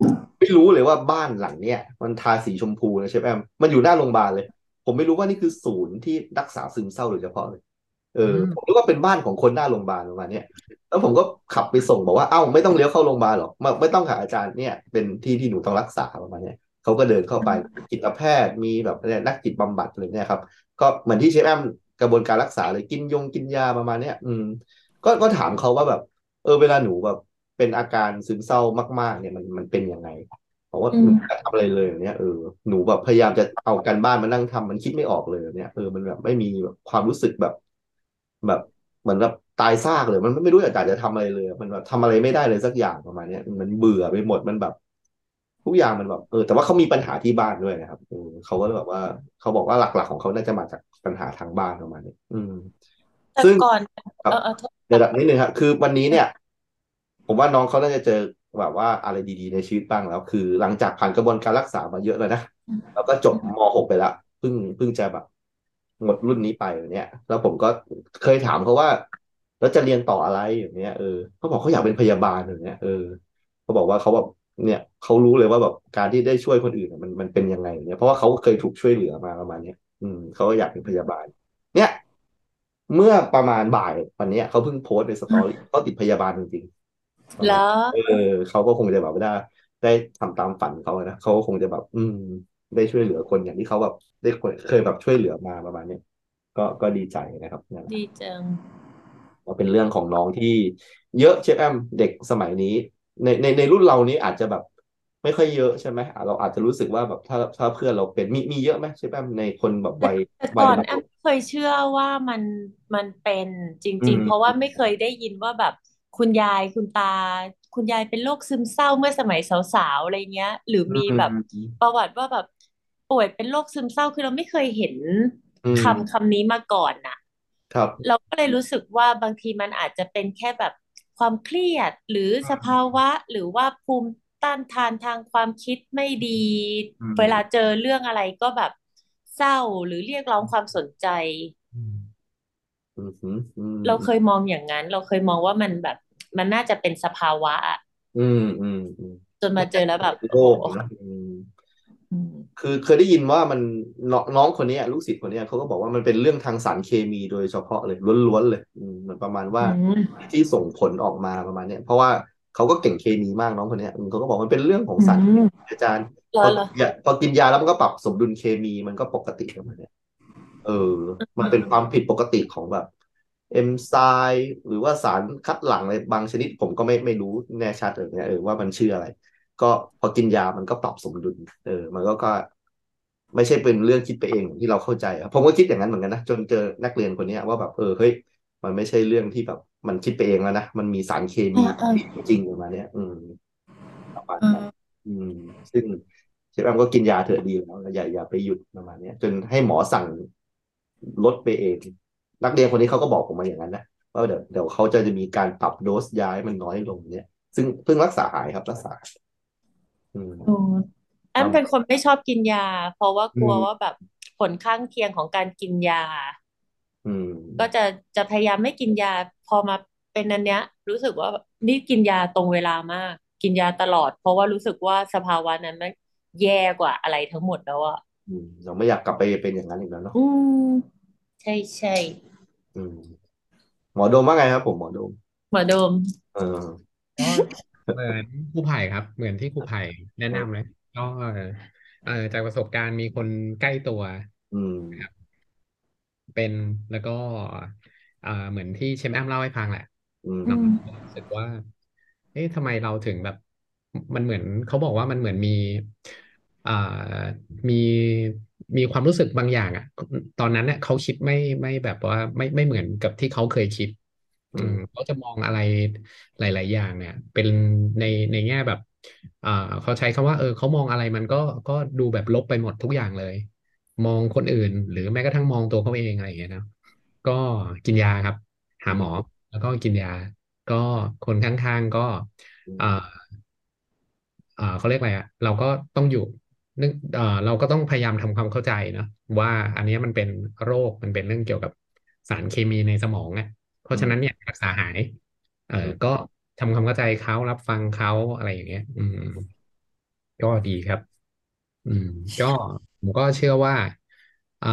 ไม่รู้เลยว่าบ้านหลังเนี้ยมันทาสีชมพูนะเชฟแอมมันอยู่หน้าโรงพยาบาลเลยผมไม่รู้ว่านี่คือศูนย์ที่รักษาซึมเศร้าโดยเฉพาะเลยเออือมผมนึกว่าเป็นบ้านของคนหน้าโรงพยาบาลประมาณเนี้ยแล้วผมก็ขับไปส่งบอกว่าเอ้าไม่ต้องเลี้ยวเข้าโรงพยาบาลหรอกไม่ไม่ต้องค่ะอาจารย์เนี่ยเป็นที่ที่หนูต้องรักษาประมาณเนี้ยเขาก็เดินเข้าไปจิตแพทย์มีแบบเนี่ยนักจิตบำบัดอะไรเนี่ยครับก็เหมือนที่เชฟแอมกระบวนการรักษาเลยกินยงกินยาประมาณเนี้ยอืมก็ก็ถามเขาว่าแบบเออเวลาหนูแบบเป็นอาการซึมเศร้ามากๆเนี่ยมันมันเป็นยังไง บอกว่าหนูไม่อืมทำอะไรเลยอย่างเนี้ยเออหนูแบบพยายามจะเอาการบ้านมานั่งทำมันคิดไม่ออกเลยอย่างเนี้ยเออมันแบบไม่มีแบบความรู้สึกแบบแบบเหมือนแบบตายซากเลยมันไม่รู้อยากจะทำอะไรเลยมันแบบทำอะไรไม่ได้เลยสักอย่างประมาณเนี้ยมันเบื่อไปหมดมันแบบทุกอย่างมันแบบเออแต่ว่าเขามีปัญหาที่บ้านด้วยนะครับเออเขาก็เลยแบบว่าเขาบอกว่าหลักๆของเขาน่าจะมาจากปัญหาทางบ้านประมาณนี้อืมแต่ซึ่งก่อนครับเออเออโทษเดี๋ยวค่ะนิดนึงครับคือวันนี้เนี่ย ผมว่าน้องเขาน่าจะเจอแบบว่าอะไรดีๆในชีวิตบ้างแล้วคือหลังจากผ่านกระบวนการรักษามาเยอะแล้วนะแล้วก็จบม .หก ไปแล้วเพิ่งเพิ่งจะแบบหมดรุ่นนี้ไปอย่างเนี้ยแล้วผมก็เคยถามเขาว่าแล้วจะเรียนต่ออะไรอย่างเนี้ยเออเขาบอกเขาอยากเป็นพยาบาลอย่างเนี้ยเออเขาบอกว่าเขาแบบเนี่ยเขารู้เลยว่าแบบการที่ได้ช่วยคนอื่นอะมันมันเป็นยังไงเนี่ยเพราะว่าเขาเคยถูกช่วยเหลือมาประมาณเนี้ยอืมเขาก็อยากเป็นพยาบาลเนี่ยเมื่อประมาณบ่ายวันเนี้ยเขาเพิ่งโพสต์ในสตอรี่เขาติดพยาบาลจริงๆ ประมาณแล้วเออเขาก็คงจะแบบว่าได้ได้ทำตามฝันเขาอะนะเขาก็คงจะแบบอืมได้ช่วยเหลือคนอย่างที่เขาแบบได้เคยเคยแบบช่วยเหลือมาประมาณเนี้ยก็ก็ดีใจนะครับนั่นแหละดีจังว่าเป็นเรื่องของน้องที่เยอะเชฟแอมเด็กสมัยนี้ในในในรุ่นเรานี้อาจจะแบบไม่ค่อยเยอะใช่ไหมอ่ะเราอาจจะรู้สึกว่าแบบถ้าถ้าเพื่อนเราเป็นมีมีเยอะไหมเชฟแอมในคนแบบวัยแต่วัยมัธยมก่อนแอมเคยเชื่อว่ามันมันเป็นจอืริงๆเพราะว่ามไม่เคยได้ยินว่าแบบคุณยายคุณตาคุณยายเป็นโรคซึมเศร้าเมื่อสมัยสาวๆอะไรเงี้ยหรืออืมีแบบมประวัติว่าแบบป่วยเป็นโรคซึมเศร้าคือเราไม่เคยเห็นอืคำมคำนี้มาก่อนน่ะครับเราก็เลยรู้สึกว่าบางทีมันอาจจะเป็นแค่แบบความเครียดหรือสภาวะหรือว่าภูมิต้านทานทางความคิดไม่ดีอืเวลามเจอเรื่องอะไรก็แบบ เศร้าหรือเรียกร้องความสนใจอืมอืมอืมอืมเราเคยมองอย่างนั้นเราเคยมองว่ามันแบบมันน่าจะเป็นสภาวะอะอืมอืมอืมจนมาเจอแล้วแบบโลโอ้โหกนะอืมอืมคือเคยได้ยินว่ามันน้องน้องคนเนี้ยลูกศิษย์คนเนี้ยเขาก็บอกว่ามันเป็นเรื่องทางสารเคมีโดยเฉพาะเลยล้วนๆเลยอืมมันประมาณว่าอืมที่ส่งผลออกมาประมาณเนี้ยเพราะว่าเขาก็เก่งเคมีมากน้องคนเนี้ยอืมเขาก็บอกมันเป็นเรื่องของอืสารเคมีมอาจารย์เหรอเหรอพอกินยาพอกินยาแล้วมันก็ปรับสมดุลเคมีมันก็ปกติประมาณเนี้ย เออมันเป็นความผิดปกติของแบบเอนไซม์หรือว่าสารคัดหลั่งอะไรบางชนิดผมก็ไม่ไม่รู้แน่ชัดเลยเนี่ยเออว่ามันชื่ออะไรก็พอกินยามันก็ปรับสมดุลเออมันก็ก็ไม่ใช่เป็นเรื่องคิดไปเองอย่างที่เราเข้าใจอะผมก็คิดอย่างนั้นเหมือนกันนะจนเจอนักเรียนคนเนี้ยว่าแบบเออเฮ้ยมันไม่ใช่เรื่องที่แบบมันคิดไปเองแล้วนะมันมีสารเคมีอ่าอ่าจริงๆออกมาเนี้ยอืมประมาณนั้นอ่าอืมซึ่ง เชฟแอมก็กินยาเถอะดีแล้วอย่าอย่าไปหยุดประมาณเนี้ยจนให้หมอสั่งลดไปเองนักเรียนคนนี้เขาก็บอกผมมาอย่างนั้นนะว่าเดี๋ยวเดี๋ยวเขาจะจะมีการปรับโดสยาให้มันน้อยลงเนี่ยซึ่งเพิ่งรักษาหายครับรักษาอืมอืมแอครับมเป็นคนไม่ชอบกินยาเพราะว่ากลัวว่าอืมแบบผลข้างเคียงของการกินยาอืก็จะมจะพยายามไม่กินยาพอมาเป็นอันเนี้ยรู้สึกว่านี่กินยาตรงเวลามากกินยาตลอดเพราะว่ารู้สึกว่าสภาวะนั้นมันแย่กว่าอะไรทั้งหมดแล้วอะอืมเราไม่อยากกลับไปเป็นอย่างนั้นอีกแล้วเนาะอืมใช่ใช่อืมหมอโดมว่าไงครับผมหมอโดมหมอโดมเออก็เหมือนครูไผ่ครับเหมือนที่ครูไผ่แนะเออนำเลยก็เอ่อจากประสบการณ์มีคนใกล้ตัวอืมนะครับเป็นแล้วก็เอ่อเหมือนที่เชมแอมเล่าให้ฟังแหละอืมอืมเนาะรู้สึกว่าเอ๊ะทำไมเราถึงแบบมันเหมือนเขาบอกว่ามันเหมือนมีอ่ามีมีความรู้สึกบางอย่างอ่ะตอนนั้นเนี่ยเขาคิดไม่ไม่แบบว่าไม่ไม่เหมือนกับที่เขาเคยคิดอืมอืมเขาจะมองอะไรหลายๆอย่างเนี่ยเป็นในในแง่แบบอ่าเขาใช้คำว่าเออเขามองอะไรมันก็ก็ดูแบบลบไปหมดทุกอย่างเลยมองคนอื่นหรือแม้กระทั่งมองตัวเขาเองอะไรอย่างเงี้ยนะ ก็กินยาครับหาหมออืมแล้วก็กินยาก็คนข้างๆก็อ่าอืมอ่าเขาเรียกอะไรอ่ะเราก็ต้องอยู่นึกเอ่อเราก็ต้องพยายามทำความเข้าใจเนอะว่าอันเนี้ยมันเป็นโรคมันเป็นเรื่องเกี่ยวกับสารเคมีในสมองอ่ะเพราะฉะนั้นเนี่ยรักษาหายเอ่ออืมก็ทำความเข้าใจเขารับฟังเขาอะไรอย่างเงี้ยอืมก็ดีครับอืมก็ผมก็เชื่อว่าเอ่อ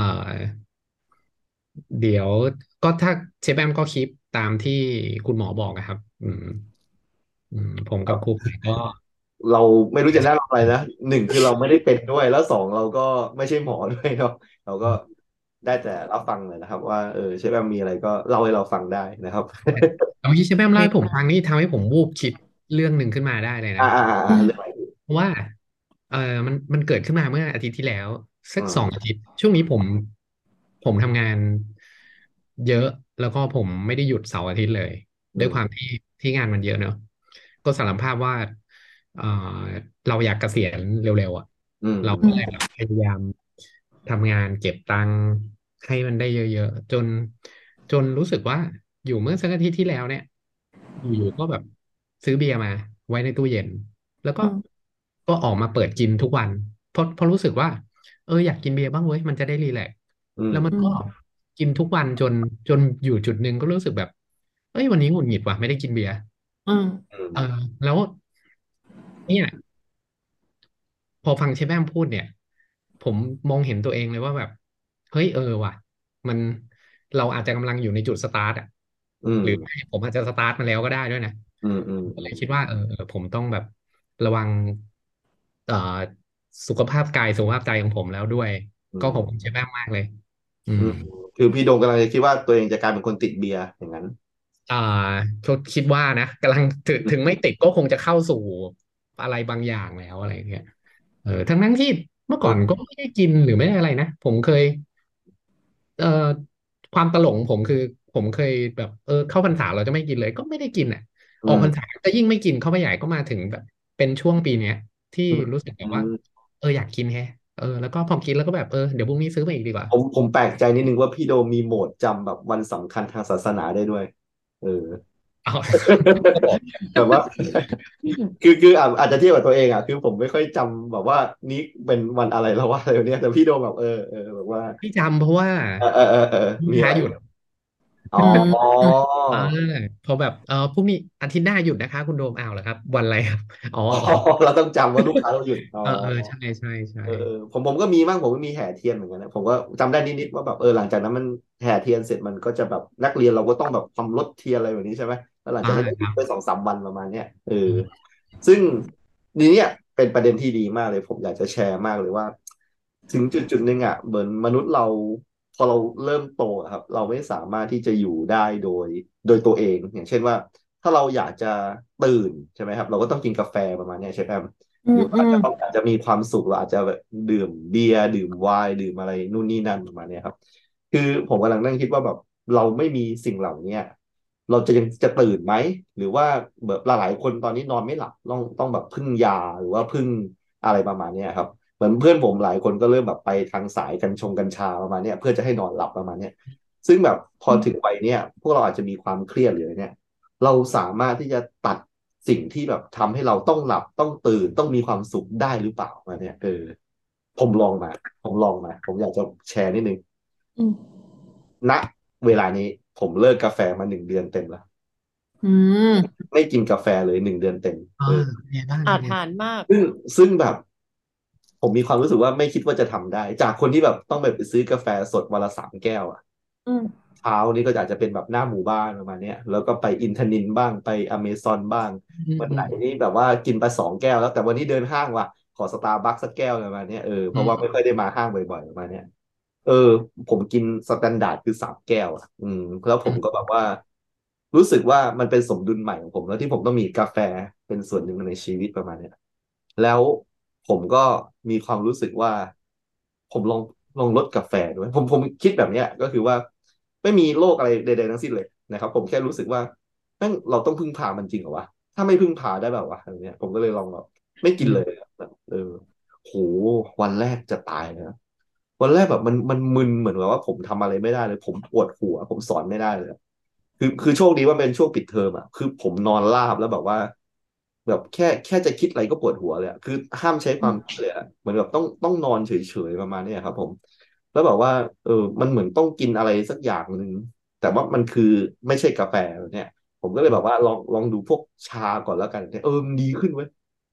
เดี๋ยวก็ถ้าเชฟแอมก็คลิปตามที่คุณหมอบอกนะครับอืมอืมผมกับครูฝ่ายก็เราไม่รู้จะแนะนำอะไรนะหนึ่งคือเราไม่ได้เป็นด้วยแล้วสองเราก็ไม่ใช่หมอด้วยเนาะเราก็ได้แต่รับฟังเลยนะครับว่าเออเชฟแอมมีอะไรก็เล่าให้เราฟังได้นะครับแต่เมื่อกี้เชฟแอมเล่าให้ผมฟังนี่ทำให้ผมวูบคิดเรื่องหนึ่งขึ้นมาได้เลยอ่านะอ่าอ่าอ่าเรื่องอะไรดีเพราะว่าเออมันมันเกิดขึ้นมาเมื่ออาทิตย์ที่แล้วสัอืกสองมอาทิตย์ช่วงนี้ผมผมทำงานเยอะแล้วก็ผมไม่ได้หยุดเสาร์อาทิตย์เลยอืมด้วยความที่ที่งานมันเยอะเนอะก็สารภาพว่าเออเราอยากเกษียณเร็วๆอ่ะอืมเราอืมอืมก็เลยแบบพยายามทำงานเก็บตังค์ให้มันได้เยอะๆจนจนรู้สึกว่าอยู่เมื่อสักอาทิตย์ที่แล้วเนี่ยอยู่ๆก็แบบซื้อเบียร์มาไว้ในตู้เย็น แล้วก็อืมก็ออกมาเปิดกินทุกวันเพราะเพราะรู้สึกว่าเอออยากกินเบียร์บ้างเว้ยมันจะได้รีแลกซ์อืมแล้วมันก็อืมกินทุกวันจนจนอยู่จุดหนึ่งก็รู้สึกแบบเอ้ยวันนี้หงุดหงิดว่ะไม่ได้กินเบียร์อืมอืมเออแล้วเนี่ยพอฟังเชฟแอมพูดเนี่ยผมมองเห็นตัวเองเลยว่าแบบเฮ้ยเออว่ะมันเราอาจจะกำลังอยู่ในจุดสตาร์ทอ่ะอืมหรือไม่ผมอาจจะสตาร์ทมาแล้วก็ได้ด้วยนะอืมอืมผมก็เลยคิดว่าเออเออผมต้องแบบระวังเอ่อ สุขภาพกายสุขภาพใจของผมแล้วด้วยอืก็ขอบคุณเชมฟแอมมากเลยอืมอืมคือพี่โดมกำลังจะคิดว่าตัวเองจะกลายเป็นคนติดเบียร์อย่างนั้นอ่าก็คิดว่านะกำลังถึงถึงไม่ติดก็คงจะเข้าสู่อะไรบางอย่างแล้วอะไรเงี้ยเออทั้งนั้นที่เมื่อก่อนก็เออไม่ได้กินหรือไม่ได้อะไรนะผมเคยเอ่อความตลกของผมคือผมเคยแบบเออเข้าพรรษาเราจะไม่กินเลยก็ไม่ได้กินอ่ะอืมออกพรรษาก็ยิ่งไม่กินเข้าไปใหญ่ก็มาถึงแบบเป็นช่วงปีเนี้ยที่อืมรู้สึกแบอืบว่ามเอออยากกินแฮะเออแล้วก็พอกินแล้วก็แบบเออเดี๋ยวพรุ่งนี้ซื้อมาอีกดีกว่าผมผมแปลกใจนิดนึงว่าพี่โดมมีโหมดจำแบบวันสำคัญทางศาสนาได้ด้วยเออเอาแบบว่าคือคืออาจอาจจะเทียบกับตัวเองอ่ะคือผมไม่ค่อยจำแบบว่านี้เป็นวันอะไรแล้วว่าอะไรแบบเนี้ยแต่พี่โดมแบบเออเออแบบว่าที่จำเพราะว่าเออเออเออเออมีอะไรลูกค้าหยุดอ๋ออืมอืมอ่าพอแบบเออพรุ่งนี้อาทิตย์หน้าหยุดนะคะคุณโดมอ้าวเหรอครับวันอะไรครับอ๋ออ๋ออ๋อเราต้องจำว่าลูกค้าเราหยุดอ๋อเออเออใช่ใช่ใช่เออเออผมผมก็มีมั่งผมก็มีแห่เทียนเหมือนกันนะผมก็จำได้นิดๆว่าแบบเออหลังจากนั้นมันแห่เทียนเสร็จมันก็จะแบบนักเรียนเราก็ต้องแบบทำรถเทียนอะไรแบบนี้ใช่ไหมแล้วหลังอ่าจากนั้นก็ครับหยุดไปสองสามวันประมาณเนี้ยเอออืมซึ่งนี่เนี่ยเป็นประเด็นที่ดีมากเลยผมอยากจะแชร์มากเลยว่าถึงจุดจุดหนึ่งอ่ะเหมือนมนุษย์เราพอเราเริ่มโตอะครับเราไม่สามารถที่จะอยู่ได้โดยโดยตัวเองอย่างเช่นว่าถ้าเราอยากจะตื่นใช่ไหมครับเราก็ต้องกินกาแฟประมาณเนี้ยใช่ไหม หรือว่าอืมอืมอาจจะต้องอาจจะมีความสุขเราอาจจะแบบดื่มเบียร์ดื่มไวน์ดื่มอะไรนู่นนี่นั่นประมาณเนี้ยครับคือผมกำลังนั่งคิดว่าแบบเราไม่มีสิ่งเหล่านี้เราจะยังจะตื่นไหมหรือว่าแบบหลายๆคนตอนนี้นอนไม่หลับต้องต้องแบบพึ่งยาหรือว่าพึ่งอะไรประมาณเนี้ยครับเหมือนเพื่อนผมหลายคนก็เริ่มแบบไปทางสายกัญชงกัญชาประมาณเนี้ยเพื่อจะให้นอนหลับประมาณเนี้ยซึ่งแบบพอถึงวัยเนี้ยพวกเราอาจจะมีความเครียดหรืออะไรเนี่ย เราสามารถที่จะตัดสิ่งที่แบบทำให้เราต้องหลับต้องตื่นต้องมีความสุขได้หรือเปล่ามาเนี่ยเออผมลองมาผมลองมาผมอยากจะแชร์นิดนึงอืมณเวลานี้ผมเลิกกาแฟมาหนึ่งเดือนเต็มแล้วอืมไม่กินกาแฟเลยหนึ่งเดือนเต็มอ่าเออเป็นไงบ้างอาเป็นไงถรรพ์มากซึ่งซึ่งแบบผมมีความรู้สึกว่าไม่คิดว่าจะทำได้จากคนที่แบบต้องแบบไปซื้อกาแฟสดวันละสามแก้วอะอืมเช้านี่ก็อาจจะเป็นแบบหน้าหมู่บ้านประมาณเนี้ยแล้วก็ไปอินทนินบ้างไปอเมซอนบ้างอืมวันไหนอืมนี่แบบว่ากินไปสองแก้วแล้วแต่วันนี้เดินห้างว่ะขอสตาร์บัคสักแก้วประมาณเนี้ยเออเพราะว่าไม่อืมค่อยได้มาห้างบ่อยๆประมาณเนี้ยเออผมกินสแตนดาร์ดคือสามแก้วอ่ะอืมแล้วผมก็แบบว่ารู้สึกว่ามันเป็นสมดุลใหม่ของผมแล้วที่ผมต้องมีกาแฟเป็นส่วนหนึ่งในชีวิตประมาณเนี้ยแล้วผมก็มีความรู้สึกว่าผมลองลองลดกาแฟด้วยผมผมคิดแบบเนี้ยก็คือว่า ไม่มีโรคอะไรใดๆทั้งสิ้นเลยนะครับผมแค่รู้สึกว่าแม่งเราต้องพึ่งพามันจริงเหรอวะถ้าไม่พึ่งพาได้แบบวะอะไรเงี้ยผมก็เลยลองแบบไม่กินเลยอืมอะแบบเออโหวันแรกจะตายเลยนะวันแรกแบบมันมันมึนเหมือนแบบว่าผมทำอะไรไม่ได้เลยผมปวดหัวผมสอนไม่ได้เลยคือคือโชคดีว่าเป็นช่วงปิดเทอมอ่ะคือผมนอนราบแล้วแบบว่าแบบแค่แค่จะคิดอะไรก็ปวดหัวเลยอะคือห้ามใช้ความคิดเลยอะเหมือนแบบต้องต้องนอนเฉยๆประมาณเนี้ยครับผม แล้วแบบว่าเออมันเหมือนต้องกินอะไรสักอย่างหนึ่งแต่ว่ามันคือไม่ใช่กาแฟเนี่ยผมก็เลยแบบว่าลองลองดูพวกชาก่อนแล้วกันเนี่ยเออมันดีขึ้นเว้ย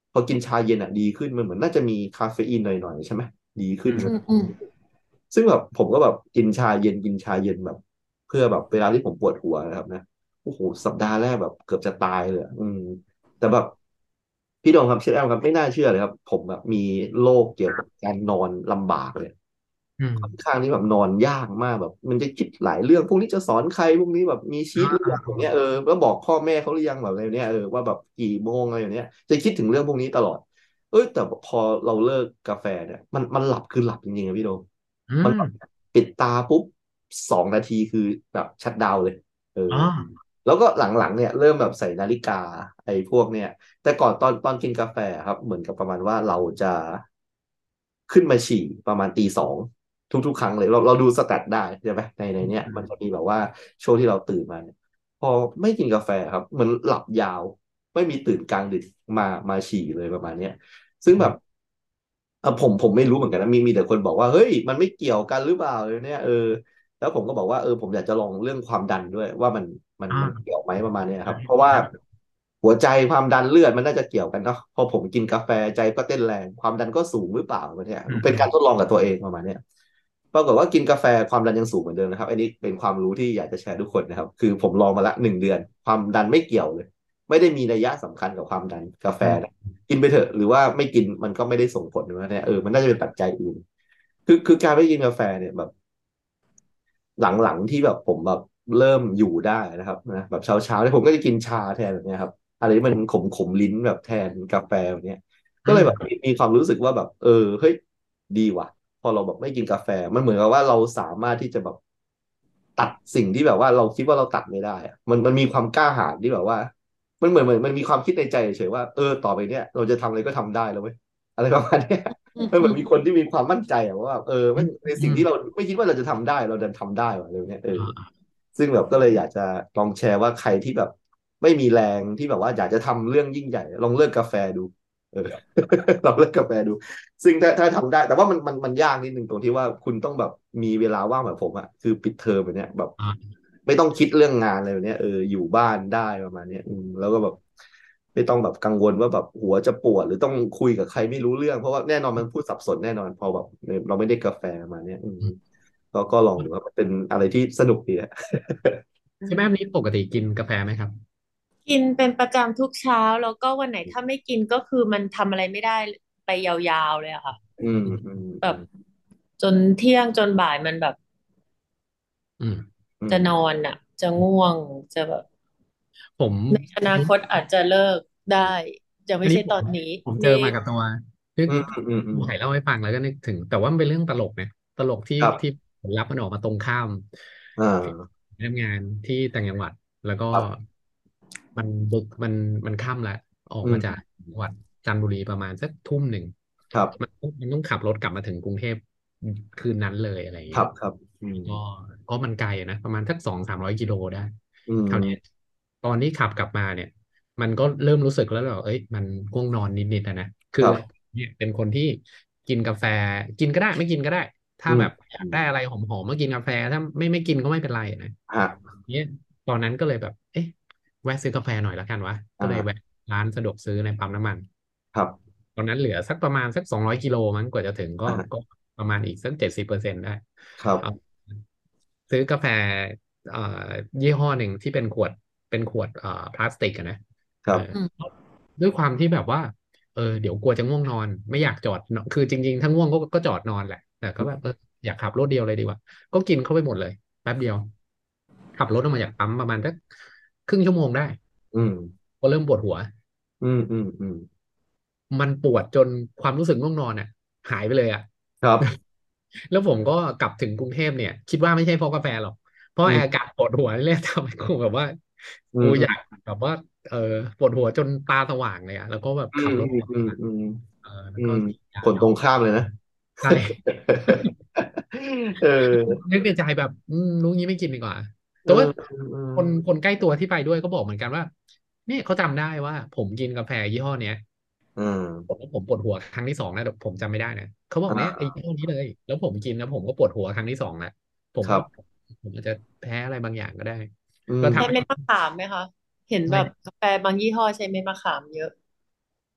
พอกินชาเย็นอ่ะดีขึ้นมันเหมือนน่าจะมีคาเฟอีนหน่อยๆใช่ไหมดีขึ้นอืมอืมซึ่งแบบผมก็แบบกินชาเย็นกินชาเย็นแบบเพื่อแบบเวลาที่ผมปวดหัวนะครับนะโอ้โหสัปดาห์แรกแบบเกือบจะตายเลยอะอืมแต่แบบพี่โดงครับเชื่อแอมครับไม่น่าเชื่อเลยครับผมแบบมีโรคเกี่ยวกับการนอนลำบากเลยอืมค่อนข้างที่แบบนอนยากมากแบบมันจะคิดหลายเรื่องพวกนี้จะสอนใครพวกนี้แบบมีชีอ่ตหรือยังาอย่างเงี้ยเออแล้วบอกพ่อแม่เขาหรือยังแบบอะไรเนี้ยเออว่าแบบกี่โมงอะไรอย่างเนี้ยจะคิดถึงเรื่องพวกนี้ตลอดเอ้ยแต่พอเราเลิกกาแฟเนี่ยมันมันหลับคือหลับจริงๆอะพี่โดมอืมันมแบบปิดตาปุ๊บสองนาทีคือแบบชัตดาวน์เลยเอออ๋อแล้วก็หลังๆเนี่ยเริ่มแบบใส่นาฬิกาไอ้พวกเนี่ยแต่ก่อนตอนตอนกินกาแฟครับเหมือนกับประมาณว่าเราจะขึ้นมาฉี่ประมาณตีสองทุกๆครั้งเลยเราเราดูสแตทได้ใช่ไหมในในเนี้ยมันจะมีแบบว่าช่วงที่เราตื่นมาเนี่ยพอไม่กินกาแฟครับเหมือนหลับยาวไม่มีตื่นกลางดึกมามาฉี่เลยประมาณเนี้ยซึ่งแบบ เออผมผมไม่รู้เหมือนกันนะมีมีแต่คนบอกว่าเฮ้ยมันไม่เกี่ยวกันหรือเปล่าเลยเนี่ยเออแล้วผมก็บอกว่าเออผมอยากจะลองเรื่องความดันด้วยว่ามันมันอ่ามันเกี่ยวไหมประมาณเนี้ยคอ่ารับเพราะว่าครับหัวใจความดันเลือดมันน่าจะเกี่ยวกันเนาะพอผมกินกาแฟใจก็เต้นแรงความดันก็สูงหรือเปล่าเนี่ยอืมอืมเป็นการทดลองกับตัวเองประมาณเนี้ยปรากฏว่ากินกาแฟความดันยังสูงเหมือนเดิมนะครับอันนี้เป็นความรู้ที่อยากจะแชร์ทุกคนนะครับคือผมลองมาละหนึ่งเดือนความดันไม่เกี่ยวเลยไม่ได้มีนัยยะสำคัญกับความดันกาแฟอืมนะ กินไปเถอะหรือว่าไม่กินมันก็ไม่ได้ส่งผลนะเนี่ยเออมันน่าจะเป็นปัจจัยอื่นคือคือการไม่กินกาแฟเนี่ยแบบหลังๆที่แบบผมแบบเริ่มอยู่ได้นะครับนะแบบเช้าเช้าเนี่ยผมก็จะกินชาแทนแบบเนี้ยครับอะไรที่มันขมขมลิ้นแบบแทนกาแฟแบบเนี้ยก็อืมเลยแบบมีมีความรู้สึกว่าแบบเออเฮ้ยดีว่ะพอเราแบบไม่กินกาแฟมันเหมือนกับว่าเราสามารถที่จะแบบตัดสิ่งที่แบบว่าเราคิดว่าเราตัดไม่ได้อะมันมันมีความกล้าหาญที่แบบว่ามันเหมือนเหมือนมันมีความคิดในใจเฉยๆว่าเออต่อไปเนี้ยเราจะทำอะไรก็ทำได้แล้วเว้ย อะไรประมาณเนี้ยอืมมันเหอืมมือนมีคนที่มีความมั่นใจอะว่าเอออืมมันในอืมสิ่งที่เราไม่คิดว่าเราจะทำได้เราดันทำได้ว่ะอะไรเนี้ยเอออ่าซึ่งแบบก็เลยอยากจะลองแชร์ว่าใครที่แบบไม่มีแรงที่แบบว่าอยากจะทำเรื่องยิ่งใหญ่ลองเลิกกาแฟดูเออลองเลิกกาแฟดูซึ่งถ้าถ้าทำได้แต่ว่ามันมันมันยากนิดนึงตรงที่ว่าคุณต้องแบบมีเวลาว่างแบบผมอะคือปิดเทอมแบบเนี้ยแบบอ่าไม่ต้องคิดเรื่องงานอะไรแบบเนี้ยเอออยู่บ้านได้ประมาณเนี้ยอืมแล้วก็แบบไม่ต้องแบบกังวลว่าแบบหัวจะปวดหรือต้องคุยกับใครไม่รู้เรื่องเพราะว่าแน่นอนมันพูดสับสนแน่นอนพอแบบเราไม่ได้กาแฟมาเนี้ยอืมก็ก็ลองดูว่ามันเป็นอะไรที่สนุกดีอะใช่ไหมนี้ปกติกินกาแฟไหมครับกินเป็นประจำทุกเช้าแล้วก็วันไหนถ้าไม่กินก็คือมันทำอะไรไม่ได้ไปยาวๆเลยอะค่ะอืมอืมแบบอืมจนเที่ยงจนบ่ายมันแบบอืมอืมจะนอนอะจะง่วงจะแบบผมในอนาคตอาจจะเลิกได้จะไม่ใช่อันนี้ผมตอนนี้ผมเจอนี่มากับตัวคืออืมอืมอืมหมายเล่าให้ฟังแล้วก็นึกถึงแต่ว่ามันเป็นเรื่องตลกนะตลกที่ที่ครับผลลัพธ์มันออกมาตรงข้ามอ่คือาทำงานที่ต่างจังหวัดแล้วก็ครับมันดึกมันมันค่ำแล้วออกอืมมาจากจังหวัดจันทบุรีประมาณสักทุ่มหนึ่งครับมันต้องมันต้องขับรถกลับมาถึงกรุงเทพคืนนั้นเลยอะไรอย่างเงี้ยครับครับอืมก็ก็มันไกลอะนะประมาณสักสองสามร้อยกิโลได้อืคราวเนี้ยมตอนที่ขับกลับมาเนี่ยมันก็เริ่มรู้สึกแล้วแหละว่าเอ้ยมันง่วงนอนนิดๆนะนะคคือรับเนี่ยเป็นคนที่กินกาแฟกินก็ได้ไม่กินก็ได้ถ้าอืมแบบอยาอืมกได้อะไรหอมๆมากินกาแฟถ้าไม่ไม่กินก็ไม่เป็นไรนะฮะเนี่ยตอนนั้นก็เลยแบบเอ๊ะแวะซื้อกาแฟหน่อยแล้วกันวะก็เลยแวะอ่าร้านสะดวกซื้อในปั๊มน้ำมันครับตอนนั้นเหลือสักประมาณสักสองร้อยกิโลมั้งกว่าจะถึงก็อ่ก็าประมาณอีกสักเจ็ดสิบเปอร์เซ็นต์ได้ครับซื้อกาแฟเอ่อยี่ห้อหนึ่งที่เป็นขวดเป็นขวดเอ่อพลาสติกอะนะเออครับอืมด้วยความที่แบบว่าเออเดี๋ยวกลัวจะง่วงนอนไม่อยากจอดนอนคือจริงๆถ้าง่วงก็ก็จอดนอนแหละแต่ก็แบบเอออยากขับรถเดียวเลยดีกว่าก็กินเข้าไปหมดเลยแป๊บเดียวขับรถออกมาจากปั๊มประมาณสักครึ่งชั่วโมงได้อืมก็เริ่มปวดหัวอืมอืมอืมมันปวดจนความรู้สึกง่วงนอนอ่ะหายไปเลยอ่ะครับแล้วผมก็กลับถึงกรุงเทพเนี่ยคิดว่าไม่ใช่เพราะกาแฟหรอกเพราะอืมอาการปวดหัวนี่แหละทำให้กูแบบว่าอืมอืมกูอยากแบบว่าเออปวดหัวจนตาสว่างเลยอะแล้วก็แบบอืมขับรถอืมอืมเออแล้วก็อืมกินยานอนคนตรงข้ามเลยนะใช่เออนึกในใจแบบอืมรู้งี้ไม่กินดีกว่าเอแต่ว่าอเออคนคนใกล้ตัวที่ไปด้วยก็บอกเหมือนกันว่าเนี่ยเขาจำได้ว่าผมกินกาแฟยี่ห้อเนี้ยอืผมมว่าผมปวดหัวครั้งที่สองนะแต่ผมจำไม่ได้นะเขาบอกอ่เนี่ยไอ้ายี่ห้อนี้เลยแล้วผมกินแล้วผมก็ปวดหัวครั้งที่สองแล้วผมว่าครับผมอาจจะแพ้อะไรบางอย่างก็ได้อืมก็ทำให้ใช้เม็ดมะขามไหมคะเห็นใช่แบบกาแฟบางยี่ห้อใช้เม็ดมะขามเยอะ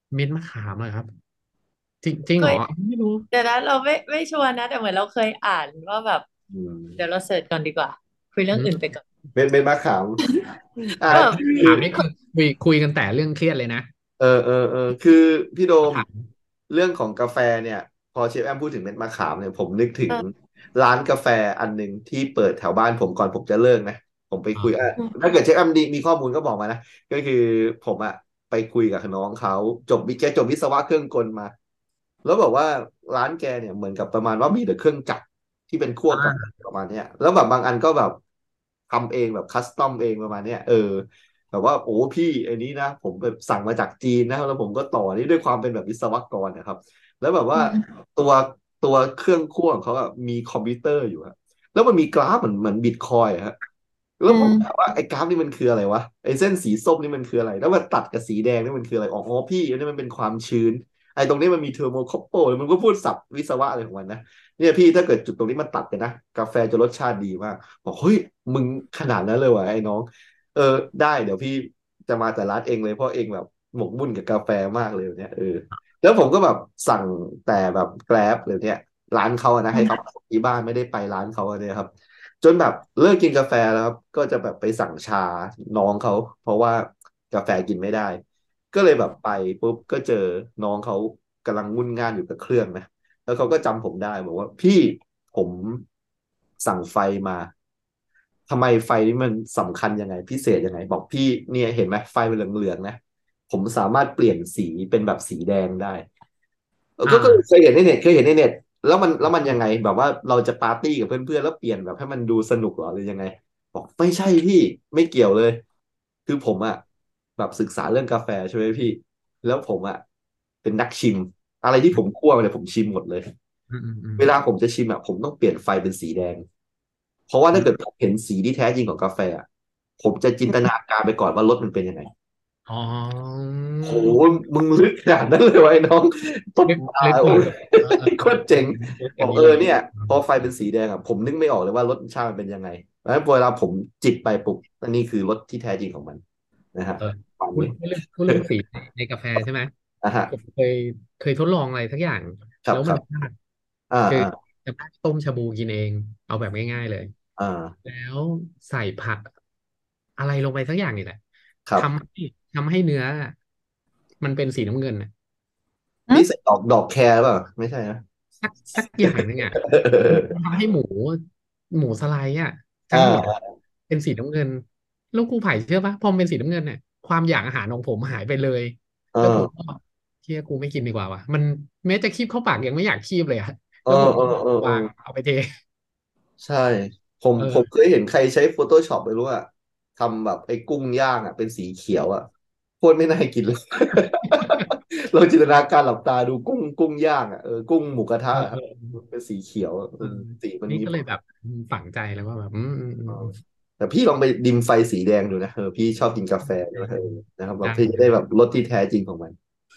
เม็ดมะขามเหรอครับจริงจริงเคยเหรอไม่รู้เดี๋ยวนะเราไม่ไม่ชัวร์นะแต่เหมือนเราเคยอ่านว่าแบบอืมเดี๋ยวเราเสิร์ชก่อนดีกว่าคุยเรื่องอื่นไปอืมก่อนเป็นเป็นมะขามอ่าก็แบบคือถามนี่คือคุยคุยกันแต่เรื่องเครียดเลยนะเออเออเออคือพี่โดมมะขามเรื่องของกาแฟเนี่ยพอเชฟแอมพูดถึงเม็ดมะขามเนี่ยผมนึกถึงเออร้านกาแฟอันหนึ่งที่เปิดแถวบ้านผมก่อนผมจะเลิกนะผมไปอ๋อคุยอ่ะถ้าเกิดเชฟแอมดีมีข้อมูลก็บอกมานะก็คือผมอะไปคุยกับน้องเขาจบวิแกจบวิศวะเครื่องกลมา แล้วบอกว่าร้านแกเนี่ยเหมือนกับประมาณว่ามีแต่เครื่องจักรที่เป็นคั่วกาแฟอ่าประมาณเนี้ยแล้วแบบบางอันก็แบบทำเองแบบคัสตอมเองประมาณเนี้ยเออแบบว่าโอ้พี่ไอ้นี้นะผมแบบสั่งมาจากจีนนะแล้วผมก็ต่อนี่ด้วยความเป็นแบบวิศวกรนะครับแล้วแบบว่าอืมตัวตัวเครื่องคั่วของเขาอะมีคอมพิวเตอร์อยู่อะแล้วมันมีกราฟเหมือนเหมือนบิตคอยอะฮะแล้วผมถามอืมว่าไอ้กราฟนี่มันคืออะไรวะไอ้เส้นสีส้มนี่มันคืออะไรแล้วมันตัดกับสีแดงนี่มันคืออะไรอ๋อพี่อันนี้มันเป็นความชื้น ไอ้ตรงนี้มันมีเทอร์โมคอปเปลมันก็พูดศัพท์วิศวะอะไรของมันนะเนี่ยพี่ถ้าเกิดจุดตรงนี้มันตัดกันนะกาแฟจะรสชาติดีมากบอกเฮ้ยมึงขนาดนั้นเลยวะไอ้น้องเออได้เดี๋ยวพี่จะมาแต่ร้านเองเลยเพราะเองแบบหมกมุ่นกับกาแฟมากเลยเนี่ยเออแล้วผมก็แบบสั่งแต่แบบแกร็บเลยเนี่ยร้านเขาอะนะให้เขามาส่งที่บ้านไม่ได้ไปร้านเขาอะเนี่ยครับจนแบบเลิกกินกาแฟแล้วครับก็จะแบบไปสั่งชาน้องเขาเพราะว่ากาแฟกินไม่ได้ ก็เลยแบบไปปุ๊บก็เจอน้องเขากำลังงุ่นง่านอยู่กับเครื่องนะแล้วเขาก็จำผมได้บอกว่าพี่ผมสั่งไฟมาทำไมไฟนี้มันสำคัญยังไงพิเศษยังไงบอกพี่เนี่ยเห็นไหมไฟมันเหลืองๆนะผมสามารถเปลี่ยนสีเป็นแบบสีแดงได้ เอออ่าก็ก็เคยเห็นในเน็ตเคยเห็นในเน็ตแล้วมันแล้วมันยังไงแบบว่าเราจะปาร์ตี้กับเพื่อนๆแล้วเปลี่ยนแบบให้มันดูสนุกเหรอหรือยังไงบอกไม่ใช่พี่ไม่เกี่ยวเลยคือผมอะแบบศึกษาเรื่องกาแฟใช่ไหมพี่แล้วผมอะเป็นนักชิมอะไรที่ผมคั่วมาเนี่ยผมชิมหมดเลยอืมอืมอืมเวลาผมจะชิมอะผมต้องเปลี่ยนไฟเป็นสีแดงเพราะว่าอืมถ้าเกิดผมเห็นสีที่แท้จริงของกาแฟอะผมจะจินตนาการไปก่อนว่ารสมันเป็นยังไงอ๋อโหมึงลึกขนาดนั้นเลยวะไอ้น้องต้นลึกตาลึกกว่าโอ้ยเออเออเอโคอตรเจ๋งลึกบอกอย่างนี้เลยเออเนี่ยพอไฟเป็นสีแดงอ่ะผมนึกไม่ออกเลยว่ารสชาติมันเป็นยังไงแล้วเวลาผมจิบไปปุ๊บอันนี้คือรสที่แท้จริงของมันนะฮะเออประมาณพูดนี้พูดเรื่องพูดเรื่องสีในในกาแฟใช่ไหมอ่ะฮะผมเคยเคยทดลองอะไรสักอย่างแล้วครับครับมันพลาดอ่าคืออ่าจะพลาดต้มชาบูกินเองเอาแบบง่ายๆเลยอ่าแล้วใส่ผักอะไรลงไปสักอย่างนี่แหละครับทำให้ทำให้เนื้อมันเป็นสีน้ำเงินน่ะอืมพี่ใส่ดอกดอกแคร์เปล่าไม่ใช่นะสักสักอย่างหนึงอ่ะมันทำให้หมูหมูสไลด์อ่ะอ่ทั้งหมดอะาเป็นสีน้ำเงินแล้วกูไผ่เชื่อปะพอมันเป็นสีน้ำเงินเนี่ยความอยากอาหารของผมหายไปเลยเอแล้วผมก็อเชื่อกูไม่กินดีกว่าวะมันแม้จะคีบเข้าปากยังไม่อยากคีบเลยอะเออแล้วผมก็เออเออเออวางเอาไปเทใช่ผมผมเคเออยเห็นใครใช้ Photoshop ไม่รู้อะทำแบบไอ้กุ้งย่างอะเป็นสีเขียวอะโคตรไม่น่ากินเลยเราจินตนาการหลับตาดูกุ้งกุ้งย่างอะเออกุ้งหมูกระทะครับเออเออเป็นสีเขียวอะเอเอออสีมันมีผลนี่ก็เลยแบบฝังใจแล้วว่าแบบอืมอืมอืเออมอืมแต่พี่ลองไปดิมไฟสีแดงดูนะเออพี่ชอบกินกาแฟใช่ไหมเออนะครับแบบได้พี่จะได้แบบรสที่แท้จริงของมัน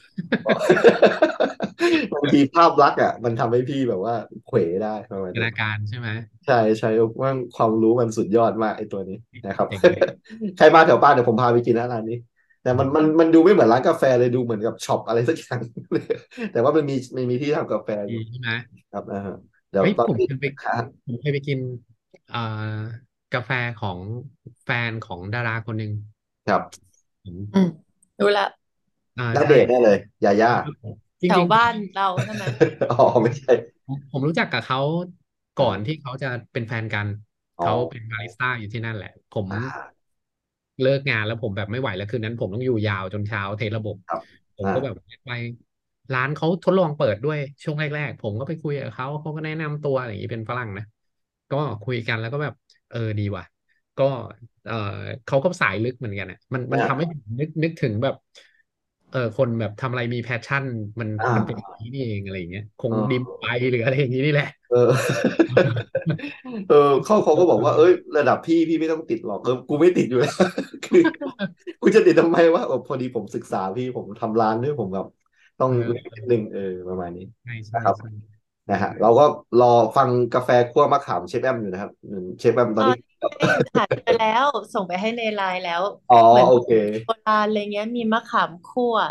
บางทีภาพลักษณ์อ่ะมันทำให้พี่แบบว่าเขวได้ประมาณนี้จินตนาการใช่ไหมใช่ใช่ว่าความรู้มันสุดยอดมากไอ้ตัวนี้นะครับเจ๋งเลยใครมาแถวบ้านเดี๋ยวผมพาไปกินนะร้านนี้แต่มันมันมันดูไม่เหมือนร้านกาแฟเลยดูเหมือนกับช็อปอะไรสักอย่างแต่ว่ามันมีมันมีที่ทำกาแฟอยู่ดีใช่ไหมครับนะฮะเดี๋ยวเฮ้ยตอนนี้ผมเคยไปหาผมเคยไปกินเอ่อกาแฟของแฟนของดาราคนหนึ่งครับผมอืมรู้ละอ่าณเดใช่ชน์ได้เลยยาย่าจริงๆผมแถวบ้านเราใช่ไหมอ๋อไม่ใช่ผมผมรู้จักกับเขาก่อนที่อ่าเขาจะเป็นแฟนกันอ๋อเขาเป็นบาริสต้าอยู่ที่นั่นแหละผมอ่าเลิกงานแล้วผมแบบไม่ไหวแล้วคืนนั้นผมต้องอยู่ยาวจนเช้าเทระบบครับผมอ่าก็แบบไปร้านเขาทดลองเปิดด้วยช่วงแรกๆผมก็ไปคุยกับเขาเขาก็แนะนำตัวอะไรอย่างนี้เป็นฝรั่งนะก็คุยกันแล้วก็แบบเออดีว่ะก็เออเขาก็สายลึกเหมือนกันอ่ะมันมันทำให้อ่าผมนึกนึกถึงแบบเออคนแบบทำอะไรมีแพชชั่นมันอ่มันเป็นอย่างานี้นี่เองอะไรอย่างเงี้ยคงเอดิมไปอหรืออะไรอย่างนี้นี่แหละเออเออเขาเขาก็บอกว่าเอ้ยระดับพี่พี่ไม่ต้องติดหรอกเออกูไม่ติดอยู่แล้วคือกูจะติดทำไมวะเออพอดีผมศึกษาพี่ผมทำร้านด้วยผมแบบต้องเอเล่นนิดนึงอเออประมาณนี้ใช่ใช่นะครับใช่นะฮะเราก็รอฟังกาแฟคั่วมะขามเชฟแอมอยู่นะครับอืมเชฟแอมตอนนี้เออใช่หาเจอแล้วส่งไปให้ในไลน์แล้วอ๋อเหมือนโอเคโบราณอะไรเงี้ยมีมะขามคั่ว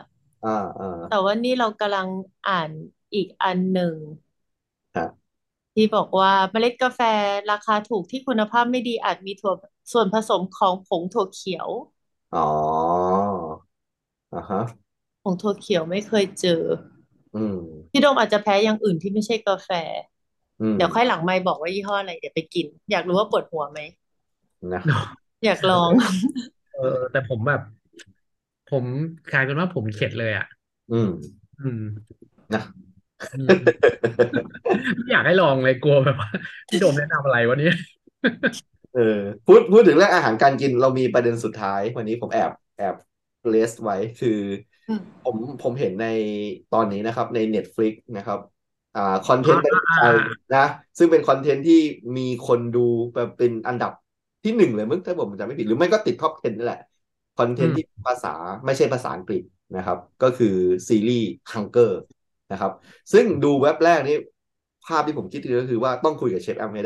อ่าอ่าแต่ว่านี่เรากำลังอ่านอีกอันหนึ่งครับที่บอกว่าเมล็ดกาแฟราคาถูกที่คุณภาพไม่ดีอาจมีถั่วส่วนผสมของผงถั่วเขียวอ๋ออ่าฮะผงถั่วเขียวไม่เคยเจออืมพี่โดมอาจจะแพ้อย่างอื่นที่ไม่ใช่กาแฟอืมเดี๋ยวค่อยหลังไมค์บอกว่ายี่ห้ออะไรเดี๋ยวไปกินอยากรู้ว่าปวดหัวไหมนะเนาะอยากลองเออแต่ผมแบบผมกลายเป็นว่าผมเข็ดเลยอ่ะอืมอืมนะอืมไม่อยากให้ลองเลยกลัวแบบว่าพี่โดมแนะนำอะไรวะเนี่ยเออพูดพูดถึงเรื่องอาหารการกินเรามีประเด็นสุดท้ายวันนี้ผมแอบแอบเลสไว้คืออืมผมผมเห็นในตอนนี้นะครับใน Netflix นะครับอ่าคอนเทนต์ประเทศไทยอ่านะซึ่งเป็นคอนเทนต์ที่มีคนดูแบบเป็นอันดับที่หนึ่งเลยมึงถ้าผมจำไม่ผิดหรือไม่ก็ติดท็อปสิบนี่แหละคอนเทนต์ที่อืมภาษาไม่ใช่ภาษาอังกฤษนะครับก็คือซีรีส์ Hunger นะครับซึ่งดูเว็บแรกนี้ภาพที่ผมคิดก็คือว่าต้องคุยกับเชฟแอมให้ได้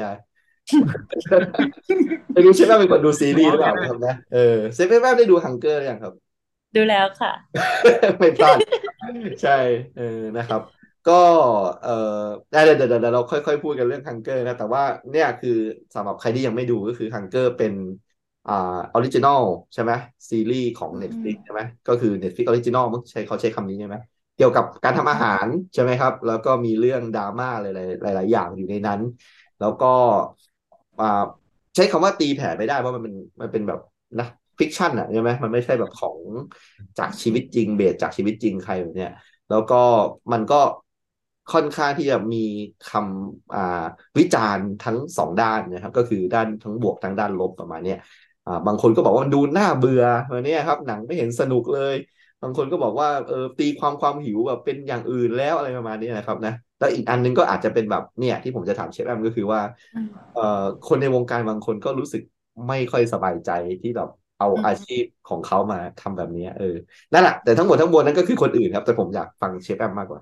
ไม่รู้เชฟแอมเป็นคนดูซีรีส์หรือเปล่าอ๋อเนี่ยนะนะครับนะเออเชฟแอมได้ดูฮังเกอร์หรือยังครับดูแล้วค่ะไม่พลาดใช่เออนะครับก็เออได้เดี๋ยวเดี๋ยวเดี๋ยวเราค่อยๆพูดกันเรื่องฮังเกอร์นะแต่ว่าเนี่ยคือสำหรับใครที่ยังไม่ดูก็คือฮังเกอร์เป็นอ่าออริจินอลใช่ไหมซีรีส์ของอืม Netflix ใช่ไหมก็คือ Netflix ออริจินอลมั้งใช้เขาใช้คำนี้ใช่ไหมเกี่ยวกับการทำอาหารใช่ไหมครับแล้วก็มีเรื่องดราม่าหลายๆหลายๆอย่างอยู่ในนั้นแล้วก็อ่าใช้คำว่าตีแผ่ไม่ได้เพราะมันเป็นมันเป็นแบบนะฟิกชันอะใช่ไหมมันไม่ใช่แบบของจากชีวิตจริงเบสจากชีวิตจริงใครแบบเนี้ย แล้วก็มันก็ค่อนข้างที่จะมีคำอ่าวิจารณ์ทั้งสองด้านนะครับก็คือด้านทั้งบวกทั้งด้านลบประมาณเนี้ยอ่าบางคนก็บอกว่ามันดูน่าเบื่อวันนี้ครับหนังไม่เห็นสนุกเลยบางคนก็บอกว่าเออตีความความหิวแบบเป็นอย่างอื่นแล้วอะไรประมาณนี้นะครับนะแล้วอีกอันนึงก็อาจจะเป็นแบบเนี่ยที่ผมจะถามเชฟแอมก็คือว่าอืมเอ่อคนในวงการบางคนก็รู้สึกไม่ค่อยสบายใจที่แบบเอาอืมอาชีพของเขามาทำแบบนี้เออ นั่นแหละแต่ทั้งหมดทั้งมวลนั้นก็คือคนอื่นครับแต่ผมอยากฟังเชฟแอมมากกว่า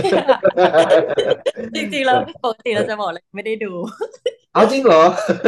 จริงๆเราปกติเราจะบอกเลยไม่ได้ดูเอาจริงเหรอ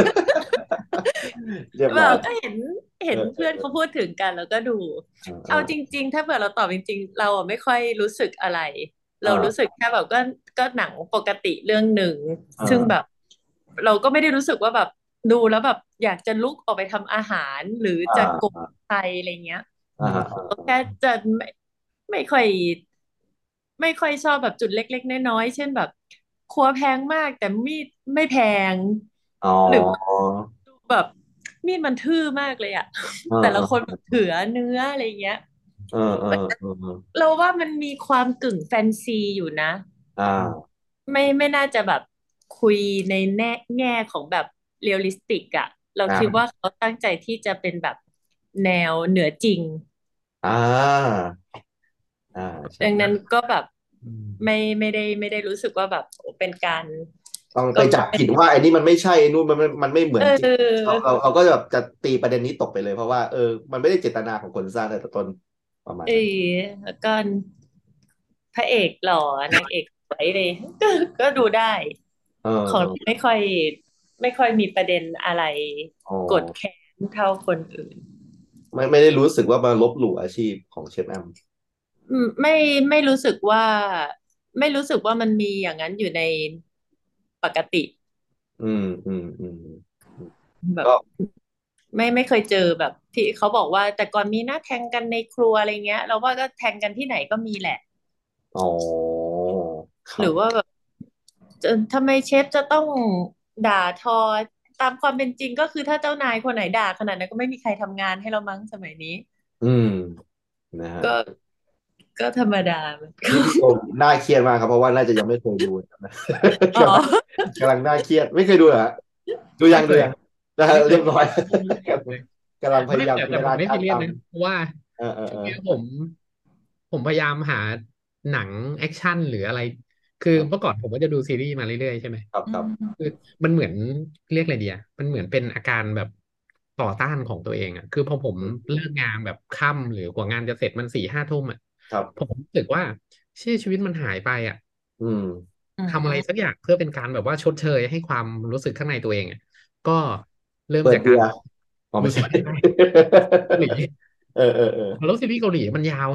เรียบแบบร้อยก็เห็นเอเห็นอเออเพื่อนเขาพูดถึงกันแล้วก็ดูเออเอเอาจอริงๆถ้าเผื่อเราตอบจริงๆเราอะไม่ค่อยรู้สึกอะไรเอเรารู้สึอกแค่แบบก็ก็หนังปกติเรื่องหนึ่งเอซึ่งแบบอเราก็ไม่ได้รู้สึกว่าแบบดูแล้วแบบอยากจะลุกออกไปทำอาหารหรืออ่จะโกงาใครอะไรเงี้ยอ่าฮะเราแค่จะไม่ไม่ค่อยไม่ค่อยชอบแบบจุดเล็กๆน้อยๆเช่นแบบครัวแพงมากแต่มีดไม่แพงอ๋อหรือว่าแบบมีดมันทื่อมากเลยอะเออแต่เออละคนแบบถือเนื้ออะไรเงี้ยเออเออเออเออเราว่ามันมีความกึ่งแฟนซีอยู่นะอ่าไม่ไม่น่าจะแบบคุยในแง่แง่ของแบบเรียลลิสติกอะเราคิดว่าอ่าเขาตั้งใจที่จะเป็นแบบแนวเหนือจริงอ่าอ่าใช่ดังนั้นก็แบบอืไม่มไม่ได้ไม่ได้รู้สึกว่าแบบโอ้เป็นการต้องไปก็จับผิดว่าไอ้นี่มันไม่ใช่ไอ้นู่นมันมันมันไม่เหมืเอนจริงเราออเราเราก็จะแบบจะตีประเด็นนี้ตกไปเลยเพราะว่าเออมันไม่ได้เจตนาของคนสร้างแต่ต้นประมาณเออนั้นแล้วก็พระเอกหล่อนางเอกสวยเลยก็ก็ดูได้เออของเออเราไม่ค่อยไม่ค่อยมีประเด็นอะไรอ๋อกดแค้นเท่าคนอื่นไม่ไม่ได้รู้สึกว่ามาลบหลู่อาชีพของเชฟแอมอืมไม่ไม่รู้สึกว่าไม่รู้สึกว่ามันมีอย่างนั้นอยู่ในปกติอืมอืมอืมแบบก็ไม่ไม่เคยเจอแบบที่เขาบอกว่าแต่ก่อนมีนะแทงกันในครัวอะไรเงี้ยเราว่าก็แทงกันที่ไหนก็มีแหละอ๋อครับหรือว่าแบบจะทำไมเชฟจะต้องด่าทอตามความเป็นจริงก็คือถ้าเจ้านายคนไหนด่าขนาดนั้นก็ไม่มีใครทำงานให้เรามั้งสมัยนี้อืมนะฮะก็ก็ธรรมดานี่พี่โอมน่าเครียดมากครับเพราะว่าน่าจะยังไม่เคยดูนะอ๋อกำลังกำลังน่าเครียดไม่เคยดูเหรอฮะดูยัไม่เคยงดูยังนะฮะไม่เคยเรียบร้อยเลยกำลังพไม่ยายามแต่แต่ผมจินตนาการตามไม่ซีเรียสนะเพราะว่าเออเออเออช่วงเนี้ยผมผมพยายามหาหนังแอคชั่นหรืออะไรคือเออเมื่อก่อนผมก็จะดูซีรีส์มาเรื่อยๆใช่ไหมครับอืครับมคือมันเหมือนเรียกอะไรเดียมันเหมือนเป็นอาการแบบต่อต้านของตัวเองอ่ะคือพอผมอืมอืมเลิกงานแบบค่ำหรือกว่างานจะเสร็จมันสี่ห้าทุ่มอ่ะครับผมรู้สึกว่าเชื่อชีวิตมันหายไปอ่ะอืมอืทำอะไรสักมอย่างเพื่อเป็นการแบบว่าชดเชยให้ความรู้สึกข้างในตัวเองอ่ะก็เริ่มจากการเปิดเบียร์อ๋อดูไม่ใช่ซีรีส์เกาหลีเออเออเออแล้วซีรีส์เกาหลีมันยาวไง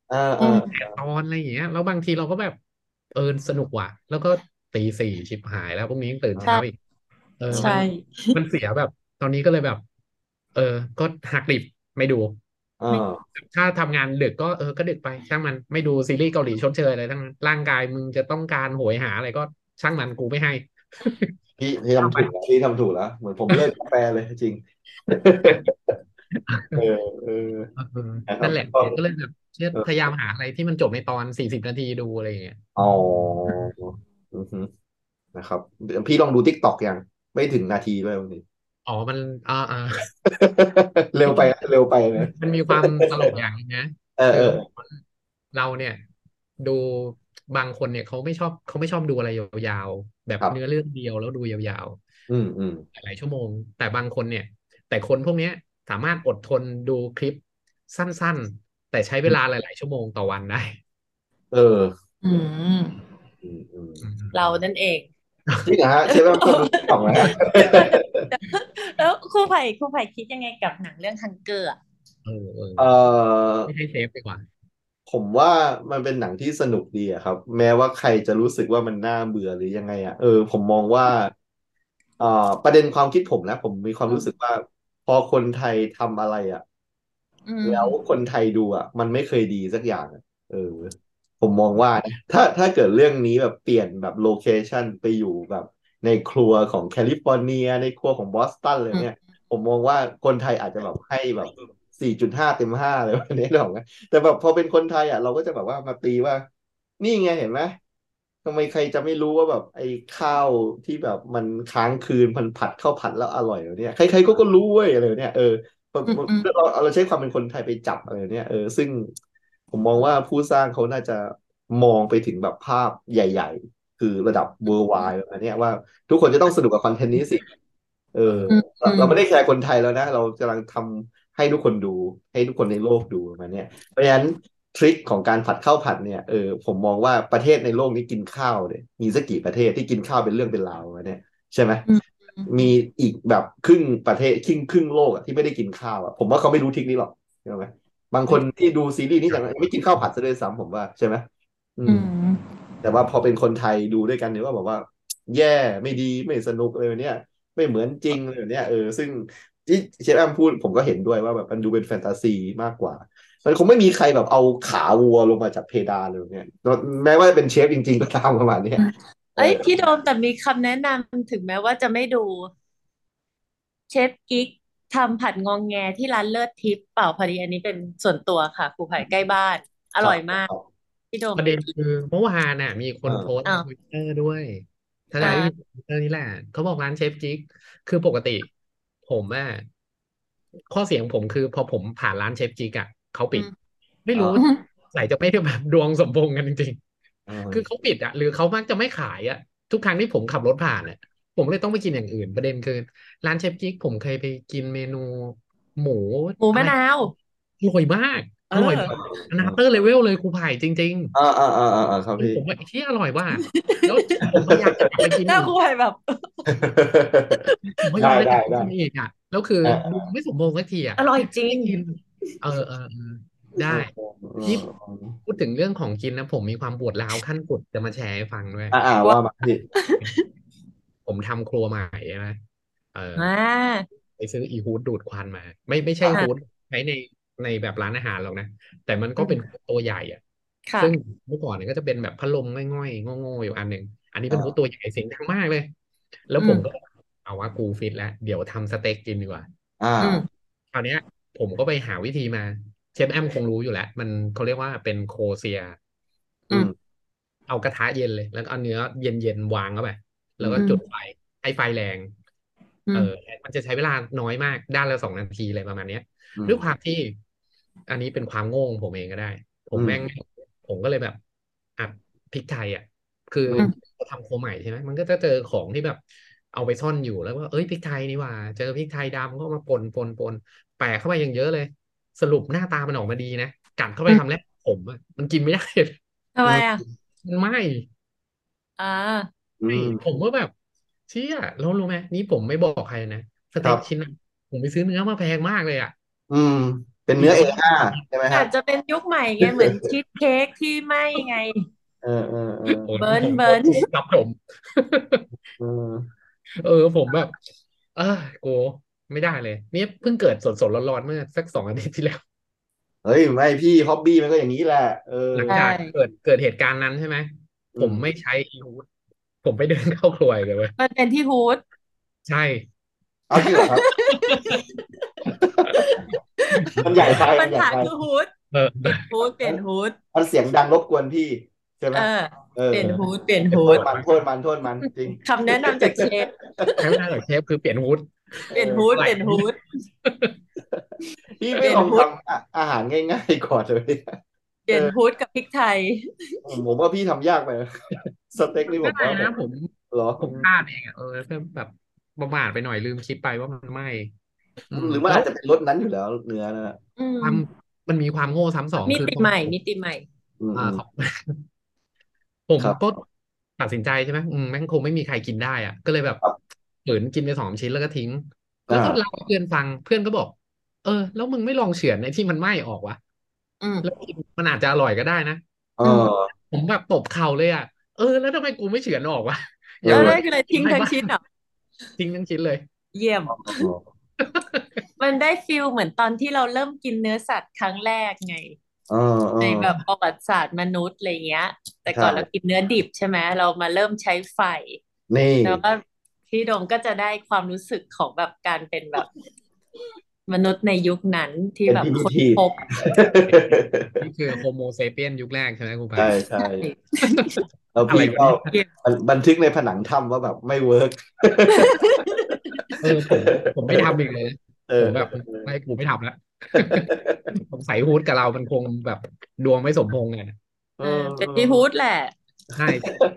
อ่าอือ่ามแปดตอนอะไรอย่างเงี้ยแล้วบางทีเราก็แบบเออสนุกว่ะแล้วก็ตีสี่ชิบหายแล้วพรุ่งนี้ยังตื่นอ่าใช่เช้าอีกเออใช่มันมันเสียแบบตอนนี้ก็เลยแบบเออก็หักดิบไม่ดูอ่ไม่าถ้าทำงานดึกก็เออก็ดึกไปช่างมันไม่ดูซีรีส์เกาหลีชดเชยอะไรทั้งนั้นร่างกายมึงจะต้องการโหยหาอะไรก็ช่างมันกูไม่ให้พี่พี่เอาไปทำถูกแล้วพี่ทำถูกแล้วเหมือนผมเลิกกาแฟเลยจริงเออเออเออนะครับนั่นแหละก็ก็เลยแบบเชื่อเออพยายามหาอะไรที่มันจบในตอนสี่สิบนาทีดูอะไรอย่างเงี้ยอ๋ออือฮึนะครับเดี๋ยวพี่ลองดู TikTok ยังไม่ถึงนาทีด้วยวันนี้อ๋อมันอ่าอ่าเร็วไปเร็วไปนะมันมีความตลกอย่างหนึงนะคือเออเออเราเนี่ยดูบางคนเนี่ยเขาไม่ชอบเขาไม่ชอบดูอะไรยาวๆแบบครับเนื้อเรื่องเดียวแล้วดูยาวอืมอืมๆหลายๆชั่วโมงแต่บางคนเนี่ยแต่คนพวกเนี้ยสามารถอดทนดูคลิปสั้นๆแต่ใช้เวลาหลายๆชั่วโมงต่อวันได้เอออืมอืมอืมอืเรามนั่นเองจริงเหรอฮะเชฟแอมชอบดู TikTok นะฮะแล้วครูไผ่ครูไผ่คิดยังไงกับหนังเรื่องฮังเกอร์อ่ะเออเออเอ่อไม่ให้เซฟดีกว่าผมว่ามันเป็นหนังที่สนุกดีอะครับแม้ว่าใครจะรู้สึกว่ามันน่าเบื่อหรือยังไงอะเออผมมองว่าเอ่อประเด็นความคิดผมนะผมมีความอืมรู้สึกว่าพอคนไทยทำอะไรอะอืแล้วมคนไทยดูอะมันไม่เคยดีสักอย่างอะเออผมมองว่านะถ้าถ้าเกิดเรื่องนี้แบบเปลี่ยนแบบโลเคชันไปอยู่แบบในครัวของแคลิฟอร์เนียในครัวของบอสตันเลยอืเนี่ยมผมมองว่าคนไทยอาจจะแบบให้แบบสี่จุดห้าเต็มห้าเลยวันนี้หรอกนะ แต่แบบพอเป็นคนไทยอ่ะเราก็จะแบบว่ามาตีว่านี่ไงเห็นไหมทำไมใครจะไม่รู้ว่าแบบไอ้ข้าวที่แบบมันค้างคืนมันผัดข้าวผัดแล้วอร่อยแบบเนี้ยใครๆก็ก็รู้เว้ยอะไรแบบเนี้ยเออแบบอืมอืมเราเราใช้ความเป็นคนไทยไปจับอะไรแบบเนี้ยเออซึ่งผมมองว่าผู้สร้างเขาน่าจะมองไปถึงแบบภาพใหญ่ๆคือระดับ worldwide แบบเนี้ยว่าทุกคนจะต้องสนุกกับคอนเทนต์นี้สิ เอออืมเราอืมเราไม่ได้แคร์คนไทยแล้วนะเรากำลังทำให้ทุกคนดูให้ทุกคนในโลกดูมาเนี่ยเพราะฉะนั้นทริคของการผัดข้าวผัดเนี่ยเออผมมองว่าประเทศในโลกนี้กินข้าวเนี่ยมีสักกี่ประเทศที่กินข้าวเป็นเรื่องเป็นราวมาเนี่ยใช่ไหมอืมมีอีกแบบครึ่งประเทศครึ่งครึ่งโลกอะที่ไม่ได้กินข้าวอะผมว่าเขาไม่รู้ทริคนี้หรอกใช่ไหมบางคนที่ดูซีรีส์นี้ยังไม่กินข้าวผัดซะด้วยซ้ำผมว่าใช่ไหมอือืมมแต่ว่าพอเป็นคนไทยดูด้วยกันเนี่ยว่าแบบว่าแย่ไม่ดีไม่สนุกเลยเนี่ยไม่เหมือนจริงเลยเนี่ยเออซึ่งที่เชฟแอมพูดผมก็เห็นด้วยว่าแบบมันดูเป็นแฟนตาซีมากกว่ามันคงไม่มีใครแบบเอาขาวัวลงมาจากเพดานเลยเนี่ยแม้ว่าจะเป็นเชฟจริงๆก็ตามประมาณเนี้ยอืมเออเอ้ยพี่โดมแต่มีคำแนะนำถึงแม้ว่าจะไม่ดูเชฟกิ๊กทำผัดงองแงที่ร้านเลิศทิพย์เปล่าพอดีอันนี้เป็นส่วนตัวค่ะครูไผ่ใกล้บ้านอครับร่อยมากครับพี่โดมประไปกินเด็นคือเมื่อวานน่ะมีคนโพสต์เออในอ้าวทวิตเตอร์ด้วยถ้าอ่ได้ที่าทวิตเตอร์นี่แหละเขาบอกร้านเชฟกิ๊กคือปกติผมอ่ะข้อเสียงผมคือพอผมผ่านร้านเชฟกิ๊กอ่ะเขาปิดอืมไม่รู้อ่าอืมใส่จะไม่ได้แบบดวงสมพงษ์กันจริงอืๆคือเขามปิดอ่ะหรือเขามักจะไม่ขายอ่ะทุกครั้งที่ผมขับรถผ่านอ่ะผมเลยต้องไปกินอย่างอื่นประเด็นคือร้านเชฟกิ๊กผมเคยไปกินเมนูหมูหมูอะไรมะนาวอร่อยมากเออร่อยอแบบอนาเตอร์เลเวลเลยครูไผ่จริงอ่าอ่าอ่าอ่าอ่าครับพี่คือผมว่าที่อร่อยว่าแล้วผมพยายามจะกลับไปกินหน้าอีกครูไผ่แบบผมพยาได้ยามจะกได้ได้ลับไปกินอีกอ่ะแล้วคืออ่าดูไม่สมบูรณ์สักทีอ่ะอร่อยจริงไม่กินเออเออเออได้อ่านี่อ่าพูดถึงเรื่องของกินนะผมมีความปวดร้าวขั้นสุดจะมาแชร์ให้ฟังด้วยอ่าอ่าว่าว่ามาพี่ผมทำครัวใหม่ใช่ไหมเอออ่าไปซื้ออีฮูดดูดควันมาไม่ไม่ใช่ฮูดค่ะใช้ในในแบบร้านอาหารหรอกนะแต่มันก็เป็นอืมตัวใหญ่อ่ะค่ะซึ่งเมื่อก่อนเนี่ยก็จะเป็นแบบพัดลมง่อยๆโง่ๆอยู่อันหนึ่งอันนี้เป็นฮูดตัวอ่าใหญ่เสียงดังมากเลย แล้วอืมผมก็เอาว่ากูฟิตแล้วเดี๋ยวทำสเต็กกินดีกว่าอ่าอืมคราวเนี้ยผมก็ไปหาวิธีมาเชฟแอมคงรู้อยู่แล้วมันเขาเรียกว่าเป็นโคเซียอืมอืมเอากระทะเย็นเลยแล้วก็เอาเนื้อเย็นเย็นวางเข้าไปแล้วก็อืมอืมจุดไฟให้ไฟแรงเอออืมมันจะใช้เวลาน้อยมากด้านละสองนาทีอะไรประมาณเนี้ยอืมด้วยความที่อันนี้เป็นความโง่ของผมเองก็ได้ผอืมมแม่งไม่ผมก็เลยแบบอัดพริกไทยอ่ะคืออืมเราทำครัวใหม่ใช่ไหมมันก็จะเจอของที่แบบ เอาไปซ่อนอยู่แล้วว่าเอ้ยพริกไทยนี่หว่าเจอพริกไทยดำก็เอามาป่นป่นป่นแปะเข้าไปอย่างเยอะเลยสรุปหน้าตามันออกมาดีนะกัดเข้าไปอืมคำแรกผมอะมันกินไม่ได้ทำไมอืมอ่ะมันไหม้อ่าอืไม่มผมก็แบบเชี่ยแล้วรู้ไหมนี่ผมไม่บอกใครนะสเต็ครับกชิ้นนั้นผมไปซื้อเนื้อมาแพงมากเลยอ่ะอืมเป็เป็นอีกเนื้อคนเอ ห้า ใช่ไหมคอารับจจะเป็นยุคใหม่ไงเหมือนชีสเค้กที่ไหม้ไงเออเออเออโอ้ยเบิร์ผนมเบิร์นผมครับผมเออเออผมแบบ เออโกไม่ได้เลย นี่เพิ่งเกิดสดๆร้อนๆเมื่อสักสองอาทิตย์ที่แล้วเฮ้ยไม่พี่ฮ็อบบี้มันก็อย่างนี้แหละ เออหลังใช่จากเกิดเกิดเหตุการณ์นั้นใช่ไหมอืผมมไม่ใช้อีฮูดผมไปเดินเข้าครัวอีกเลยเว้ยมันเป็นที่ฮูดใช่เอาจริงเหรอครับ มันใหญ่ไปปัมัญนใหญ่หาไปคือฮูดเออเปลี่ยนฮูดเปลี่ยนฮูดมันเสียงดังรบกวนพี่ใช่ไหมเออเออเปลี่ยนเออฮูดเปลี่ยนโทฮูษดมันโทษมันโทษมันจริงคำแนะนำจากเชฟใช้เวลาจากเชฟคือเปลี่ยนฮูดเปลี่ยนฮูดอะไรเปลี่ยนฮูดพี่เปไม่ลี่ยนลองฮูทดำอ่ะอาหารง่ายๆก่อนเลยเปลี่ยนเออฮูดกับพริกไทยผมผมว่าพี่ทำยากไปนะ สเต็กนี่ผได้มว่าแบนะบผมเหรอผมพลาดเองอะเออเพิ่มแบบประมาทไปหน่อยลืมคิดไปว่ามันไหม้อืมหรือมันแล้อาว จจะเป็นรสนั้นอยู่แล้วเนื้อนะอืมความมันมีความโง่ซ้ำสองมิคือติพอใหม่ผมมิติใหม่อืมอ่าอืมของ ผมครับก็ตัดสินใจใช่ไหมอืมแม่งคงไม่มีใครกินได้อ่ะ ก็เลยแบบครับฝืนกินไปสองชิ้นแล้วก็ทิ้ง แล้อ่าวก็เล่าให้เพื่อนฟังเพื่อนก็บอก เออ แล้วมึงไม่ลองเฉือนในที่มันไหม้ออกวะอืมแล้วกินมันอาจจะอร่อยก็ได้นะเออืมอผมแบบตบเข่าเลยอ่ะ เออ แล้วทำไมกูไม่เฉือนออกวะเออย่างแล้วอน้อได้ยคืออะไรกิทิ้นงได้ทั้งบ้างชิ้นเหรอทิ้งทั้งชิ้นเลยเยี่ยมอ๋อมันได้ฟีลเหมือนตอนที่เราเริ่มกินเนื้อสัตว์ครั้งแรกไงเออเอในอแบบประวัติศาสตร์มนุษย์อะไรเงี้ย แต่ใช่ก่อนเรากินเนื้อดิบใช่ไหมเรามาเริ่มใช้ไฟนี่แล้วก็พี่โดมก็จะได้ความรู้สึกของแบบการเป็นแบบ มนุษย์ในยุคนั้นที่เป็นแบบพี พีค้นทีพบนี่คือโฮโมเซเปียนยุคแรกใช่ไหมครูปาใช่ใช่ แล้วอะไรพี่วะก็เนี่ยเยี่ยมบันบันทึกในผนังถ้ำว่าแบบไม่เวิร์กเออผม ผมไม่ทำอีกเลยนะเอผอมแบบเออไม่กูไม่ทำแล้ว ผมใส่ฮูดกับเรามันคงแบบดวงไม่สมพงษ์ไงเอเอออเอเป็นที่ฮูอดแหละใช่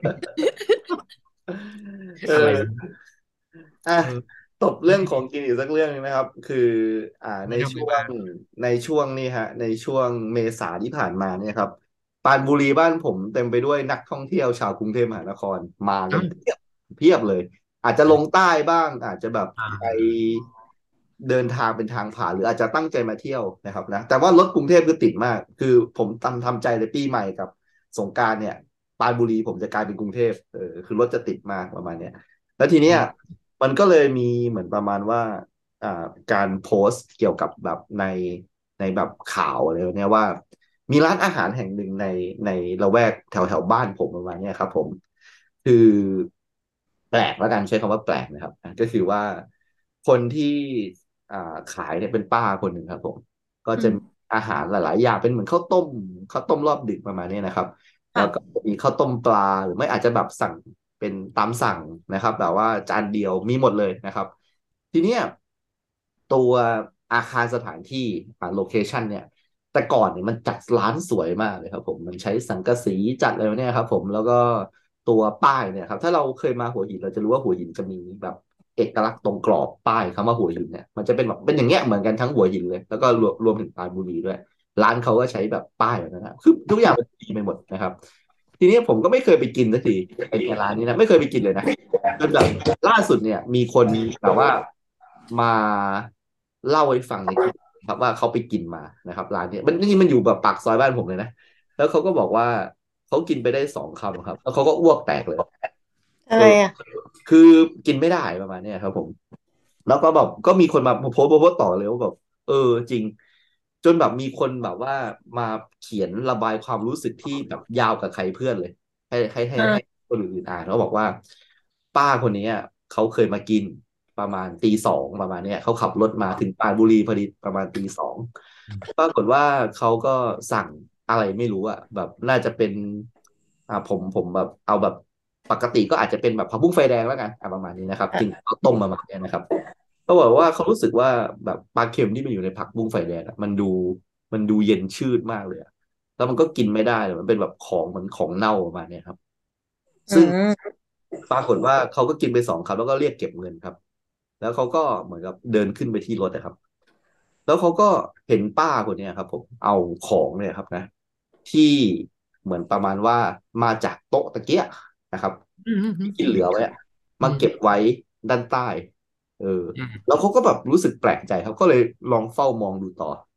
เออะไรอวะอ่ะเออตบเรื่องของกินอีกสักเรื่องหนึงนะครับ คือ อ่า ในไม่ทำอะไรช่วบ้าง งในช่วงนี้ฮะ ในช่วงเมษาที่ผ่านมาเนี่ยครับ ปรานบุรีบ้านผมเต็มไปด้วยนักท่องเที่ยวชาวกรุงเทพมหานครมากัอ้าน วเพียบเพียบเลย อาจจะลงใต้บ้าง อาจจะแบบอ่าไปเดินทางเป็นทางผ่านหรืออาจจะตั้งใจมาเที่ยวนะครับนะ แต่ว่ารถกรุงเทพคือติดมาก คือผมทำทำใจเลยปีใหม่กับสงกรานต์เนี่ยปรานบุรีผมจะกลายเป็นกรุงเทพเออคือรถจะติดมากประมาณเนี้ย แล้วทีอืเนี้ยมมันก็เลยมีเหมือนประมาณว่า อ่า การโพสต์เกี่ยวกับแบบในในแบบข่าวอะไรเนี่ยว่า มีร้านอาหารแห่งหนึ่งในในละแวกแถวแถวบ้านผมประมาณเนี้ยครับผม คือแปลกแล้วกันใช้คำว่าแปลกนะครับอ่ะก็คือว่าคนที่อ่าขายเนี่ยเป็นป้าคนหนึ่งครับผม ก็อืจะมมีอาหารหลาย ๆ อย่างเป็นเหมือนข้าวต้มข้าวต้มรอบดึกประมาณเนี้ยนะครับ แล้ค่ะวก็มีข้าวต้มปลาหรือไม่อาจจะแบบสั่งเป็นตามสั่งนะครับ แบบว่าจานเดียวมีหมดเลยนะครับ ทีเนี้ยตัวอาคารสถานที่อ่าโลเคชันเนี่ย แต่ก่อนเนี่ยมันจัดร้านสวยมากเลยครับผมมันใช้สังกะสีจัดอะไรเนี่ยครับผมแล้วก็ตัวป้ายเนี่ยครับถ้าเราเคยมาหัวหินเราจะรู้ว่าหัวหินจะมีแบบเอกลักษณ์ตรงกรอบป้ายคำว่าหัวหินเนี่ยมันจะเป็นแบบเป็นอย่างเงี้ยเหมือนกันทั้งหัวหินเลยแล้วก็รวมรวมถึงปรานบุรีด้วยร้านเขาก็ใช้แบบป้ายแบบนั้นนะคือทุกอย่างมันดีไปหมดนะครับ ทีนี้ผมก็ไม่เคยไปกินสักทีไอ้ร้านนี้นะไม่เคยไปกินเลยนะจนแบบล่าสุดเนี่ยมีคนแบบว่ามาเล่าให้ฟังในคลิปครับว่าเขาไปกินมานะครับร้านนี้มันนี่มันอยู่แบบปากซอยบ้านผมเลยนะแล้วเขาก็บอกว่าเขากินไปได้สองคำครับแล้วเขาก็อ้วกแตกเลยอะเอไรออ่ะคือกินไม่ได้ประมาณเนี้ยครับผม แล้วก็แบบก็มีคนมาโพสต์โพสต์ต่อเลยว่าแบบเออจริง จนแบบมีคนแบบว่ามาเขียนระบายความรู้สึกที่แบบยาวกับใครเพื่อนเลย ให้ให้ให้อ่าให้คนอื่นอ่านเขาบอกว่า ป้าคนนี้เขาเคยมากินประมาณตีสองประมาณเนี้ยเขาขับรถมาถึงปรานบุรีพอดีประมาณตีสองปรากฏว่าเขาก็สั่งอะไรไม่รู้อะแบบน่าจะเป็นอ่าผมผมแบบเอาแบบปกติก็อาจจะเป็นแบบผักบุ้งไฟแดงแล้วกันอ่าประมาณนี้นะครับอ่ะกินข้าวต้มประมาณเนี้ยนะครับเขาบอกว่าเขารู้สึกว่าแบบปลาเค็มที่มันอยู่ในผักบุ้งไฟแดงอะมันดูมันดูเย็นชืดมากเลยอะแล้วมันก็กินไม่ได้เลยมันเป็นแบบของเหมือนของเน่าประมาณเนี้ยครับอืซึ่งมปรากฏว่าเขาก็กินไปสองคำแล้วก็เรียกเก็บเงินครับ แล้วเขาก็เหมือนกับเดินขึ้นไปที่รถนะครับ แล้วเขาก็เห็นป้าคนเนี้ยครับผมเอาของเนี่ยครับนะ ที่เหมือนประมาณว่ามาจากโต๊ะตะเกียนะครับอืมอืมอืที่มกินเหลือไว้อะอืมาม เก็บไว้ด้านใต้ เอออืมแล้วเขาก็แบบรู้สึกแปลกใจครับก็เลยลองเฝ้ามองดูต่อ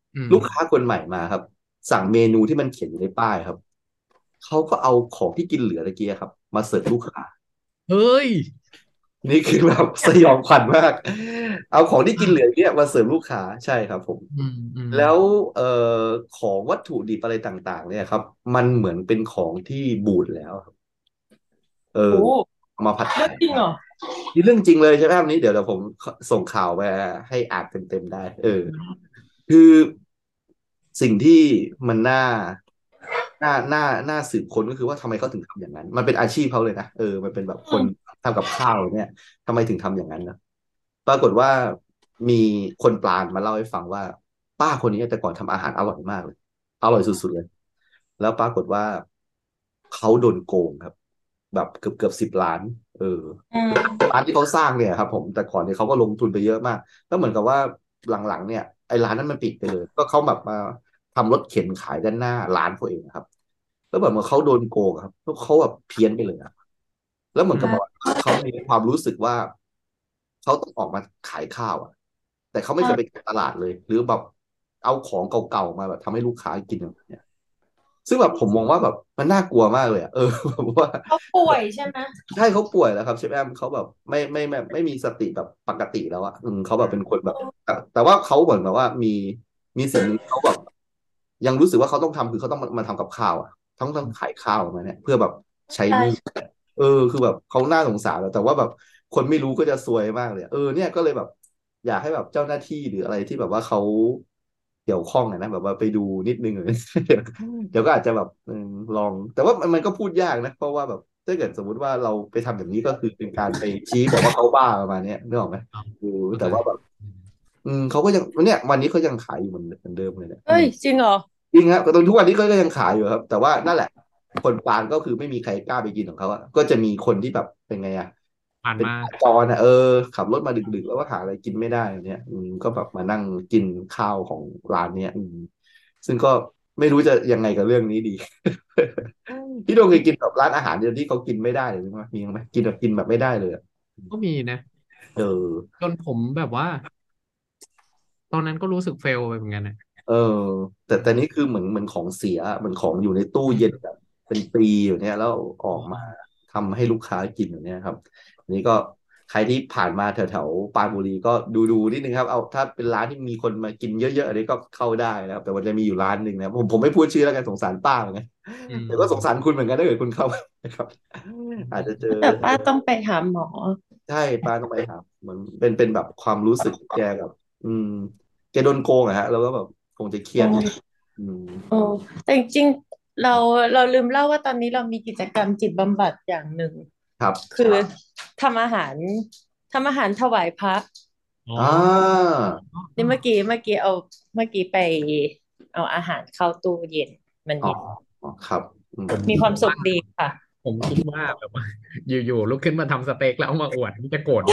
อืมลูกค้าคนใหม่มาครับ สั่งเมนูที่มันเขียนอยู่ในป้ายครับเขาก็เอาของที่กินเหลือตะกี้ครับมาเสิร์ฟลูกค้าเฮ้ยนี่คือแบบสยองขวัญมากเอาของที่กินเหลือเนี่ยมาเสิร์ฟลูกค้าใช่ครับผมอืมอืมแล้วเอ่อของวัตถุดิบอะไรต่างๆเนี่ยครับมันเหมือนเป็นของที่บูดแล้วครับเออโอ้เอามาผัดเรื่ขายครับองจริงเหรอนี่เรื่องจริงเลยใช่ไหมครับนี้เดี๋ยวเดี๋ยวผมส่งข่าวไปให้อ่านเต็มๆได้เออคือสิ่งที่มันน่าน่าน่าน่าสืบค้นก็คือว่าทำไมเขาถึงทำอย่างนั้นมันเป็นอาชีพเขาเลยนะเออมันเป็นแบบคนอืมทำกับข้าวเนี่ยทำไมถึงทำอย่างนั้นนะ ปรากฏว่ามีคนปราณมาเล่าให้ฟังว่าป้าคนนี้แต่ก่อนทำอาหารอร่อยมากเลยอร่อยสุดๆเลยแล้วปรากฏว่าเขาโดนโกงครับแบบเกือบเกือบสิบล้านเอออืมร้านที่เขาสร้างเนี่ยครับผมแต่ก่อนเนี่ยเขาก็ลงทุนไปเยอะมากแล้วเหมือนกับว่าหลังๆเนี่ยไอ้ร้านนั้นมันปิดไปเลยก็เขาแบบมาทำรถเข็นขายด้านหน้าร้านเขาเองครับแล้วแบบเมื่อนเขาโดนโกงครับแล้วเขาแบบเพี้ยนไปเลยอะ แล้วเหมือนกับอืมแบบว่าเขามีความรู้สึกว่าเขาต้องออกมาขายข้าวอ่ะแต่เขาไม่เคยไปอ่าตลาดเลยหรือแบบเอาของเก่าๆมาแบบทำให้ลูกค้ากินแบบเนี้ยซึ่งแบบผมมองว่าแบบมันน่ากลัวมากเลยอ่ะเออแบบว่าเขาป่วยใช่ไหมใช่เขาป่วยแล้วครับเชฟแอมเขาแบบไม่ไม่ไม่ไม่มีสติแบบปกติแล้วอ่ะอืมเขาแบบเป็นคนแบบแต่แต่ว่าเขาเหมือนแบบว่ามีมีสิ่งหนึ่งเขาแบบยังรู้สึกว่าเขาต้องทำคือเขาต้องมามาทำกับข้าวอ่ะต้องต้องขายข้าวมาเนี่ยเพื่อแบบใช้หนี้ใช่เออคือแบบเขาน่าสงสารแล้วแต่ว่าแบบคนไม่รู้ก็จะซวยมากเลยเออเนี่ยก็เลยแบบอยากให้แบบเจ้าหน้าที่หรืออะไรที่แบบว่าเขาเกี่ยวข้องอะนะแบบว่าไปดูนิดนึงเลยเดี๋ยวเดี๋ยวก็อาจจะแบบเออลองแต่ว่ามันมันก็พูดยากนะเพราะว่าแบบถ้าเกิดสมมุติว่าเราไปทำแบบนี้ก็คือเป็นการไปชี้บอกว่าเขาบ้าประมาณเนี้ยนึกออกไหมครับเออเข้าใจแต่ว่าแบบอืมเขาก็ยังเนี่ยวันนี้เขายังขายอยู่เหมือนเหมือนเดิมเลยเนี่ยอืเฮ้ยมจริงเหรอจริงครับตอนทุกวันนี้ก็ยังขายอยู่ครับแต่ว่านั่นแหละคนปานก็คือไม่มีใครกล้าไปกินของเขาอะก็จะมีคนที่แบบเป็นไงอะเป็นผ่านมาขาจรอะเออขับรถมาดึกๆแล้วก็หาอะไรกินไม่ได้เนี่ยอืมก็แบบมานั่งกินข้าวของร้านเนี้ยอืมซึ่งก็ไม่รู้จะยังไงกับเรื่องนี้ดีพี่โดงเคยกินแบบร้านอาหารเดียวที่เขากินไม่ได้เลยมั้ยมีไหมกินแบบกินแบบไม่ได้เลยอะก็มีนะเออจนผมแบบว่าตอนนั้นก็รู้สึกเฟลไปเหมือนกันนะเออแต่แต่นี่คือเหมือนเหมือนของเสียเหมือนของอยู่ในตู้เย็นแบบเป็นปีอยู่เนี่ยแล้วออกมาทำให้ลูกค้ากินอยู่เนี่ยครับอันนี้ก็ใครที่ผ่านมาแถวแถวปรานบุรีก็ดูดูนิดนึงครับเอาถ้าเป็นร้านที่มีคนมากินเยอะๆอันนี้ก็เข้าได้นะครับแต่มันจะมีอยู่ร้านหนึ่งนะผมผมไม่พูดชื่อแล้วกันสงสารป้าเหมือนกันอืแต่ก็สงสารมคุณเหมือนกันถ้าเกิดคุณเข้าไปนะครับอาจจะเจอแต่ป้าต้องไปหาหมอใช่ป้าต้องไปหาเหมือนเป็นเป็นแบบความรู้สึกแกกับอืมแกโดนโกงอะฮะแล้วก็แบบคงจะเครียดอยู่โอ้อืมโอ้แต่จริงๆเราเราลืมเล่าว่าตอนนี้เรามีกิจกรรมจิตบำบัดอย่างหนึ่งครับคือทำอาหารทำอาหารถวายพระอ๋ออ่านี่เมื่อกี้เมื่อกี้เอาเมื่อกี้ไปเอาอาหารเข้าตู้เย็นมันอ๋อเย็นอ๋อครับอืมผมมีความสุขผมว่าดีค่ะผมคิดว่าแบบว่าอยู่ๆลุกขึ้นมาทำสเต็กแล้วเอามาอวดนี่จะโกรธไหม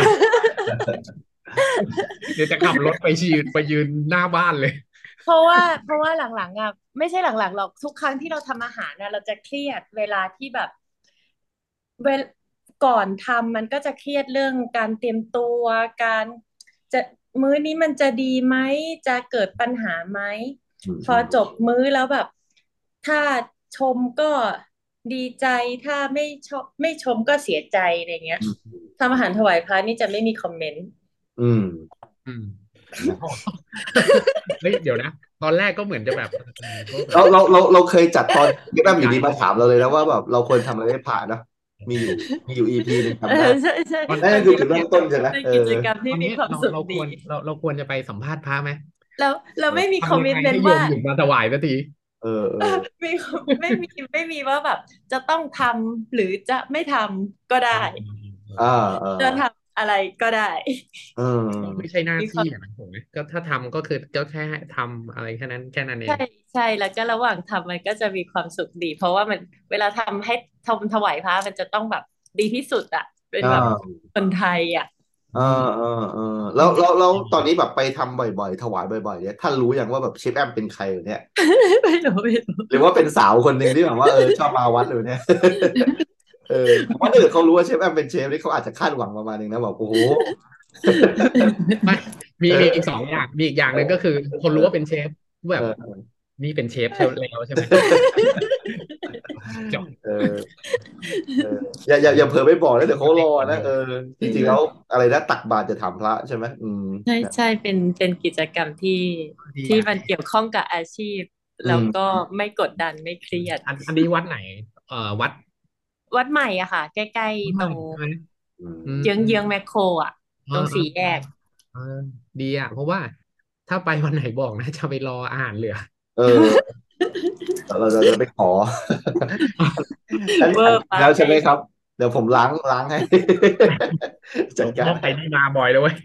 เดี๋ยวจะขับรถไปยืนไปยืนหน้าบ้านเลยเพราะว่าเพราะว่าหลังๆอ่ะไม่ใช่หลังๆหรอกทุกครั้งที่เราทำอาหารนะเราจะเครียดเวลาที่แบบเวลก่อนทำมันก็จะเครียดเรื่องการเตรียมตัวการจะมื้อนี้มันจะดีไหมจะเกิดปัญหาไหมอืมพออืมจบมื้อแล้วแบบถ้าชมก็ดีใจถ้าไม่ชมไม่ชมก็เสียใจอะไรเงี้ยอืมทำอาหารถวายพระนี่จะไม่มีคอมเมนต์อืมอืมนะอ๋อเฮ้ยเดี๋ยวนะตอนแรกก็เหมือนจะแบบเออก็แบบเราเราเราเราเคยจัดตอนที่แบเข้าใจมอยู่ดีมาถามเราเลยนะว่าแบบเราควรทำอะไรให้ผ่านนะมีอยู่มีอยู่อีพีหนึ่งเออจำได้ใช่ใช่ตอนนั่นมันเป็นคือจุดเริ่มต้นใช่ไหมเป็นเออกิจกรรมตอนนี้ที่มีความเราเราคสุขดีวรเราเราควรจะไปสัมภาษณ์พระไหมแล้วเราไม่มีคอมทำยังไงมิชเมนต์ว่าให้โยมหยุดมาถวายสักทีเออเออมีไม่มีไม่มีว่าแบบจะต้องทำหรือจะไม่ทำก็เอได้ออ่าเออจะทำอะไรก็ได้เอไม่อใช่หน้ามีความที่อ่ะนะผมก็ถ้าทำก็คือก็แค่ทำอะไรแค่นั้นแค่นั้นเอใช่งใช่แล้วก็ระหว่างทำมันก็จะมีความสุขดีเพราะว่ามันเวลาทำให้ทำถวายพระมันจะต้องแบบดีที่สุดอะเป็นอ่แบบาคนไทยอะเอออืมเออเออแล้วแล้วแล้วตอนนี้แบบไปทำบ่อยๆถวายบ่อยๆเนี่ยท่านรู้อย่างว่าแบบเชฟแอมเป็นใครอยู่เนี่ยไม่รู้ไม่รู้หรือว่าเป็นสาวคนหนึ่งที่แบบว่าเออชอบมาวัดอยู่เนี่ยเออผมว่าถ้าเกิดเขารู้ว่าเชฟแอมเป็นเชฟนี่เขาอาจจะคาดหวังประมาณนึงนะบอกโอ้โหไม่มีเอมีอีกสอองอย่างมีอีกอย่างหนึ่งก็คือคนรู้ว่าเป็นเชฟแบเบออนี่เป็นเชฟเชลแล้วใช่ไหมจบเออเอออย่าอย่าอย่าเผลอไปบอกนะเดี๋ยวเขารอนะเออจริงๆแล้วอะไรนะตักบาตรจะถามพระใช่ไหมอืมใช่ใช่เป็นเป็นกิจกรรมที่ดีที่อ่ะมันเกี่ยวข้องกับอาชีพอืแล้วก็มไม่กดดันไม่เครียดอันอันนี้วัดไหนเอ่อวัดวัดใหม่อะค่ะใกล้ๆตไม่รงใช่ไหมอืมอืมเยื้องเยื้องแมคโครอะเออตรงเออสี่แยกเออดีอ่ะเพราะว่าถ้าไปวันไหนบอกนะจะไปรออาหารเหลือเออเราจะจะไปขออันนี้สั่งเวอร์ไปแล้วใช่ไหมครับเดี๋ยวผมล้างล้างให้หลวงพ่อไปจัดการให้นี่มาบ่อยเลยเว้ย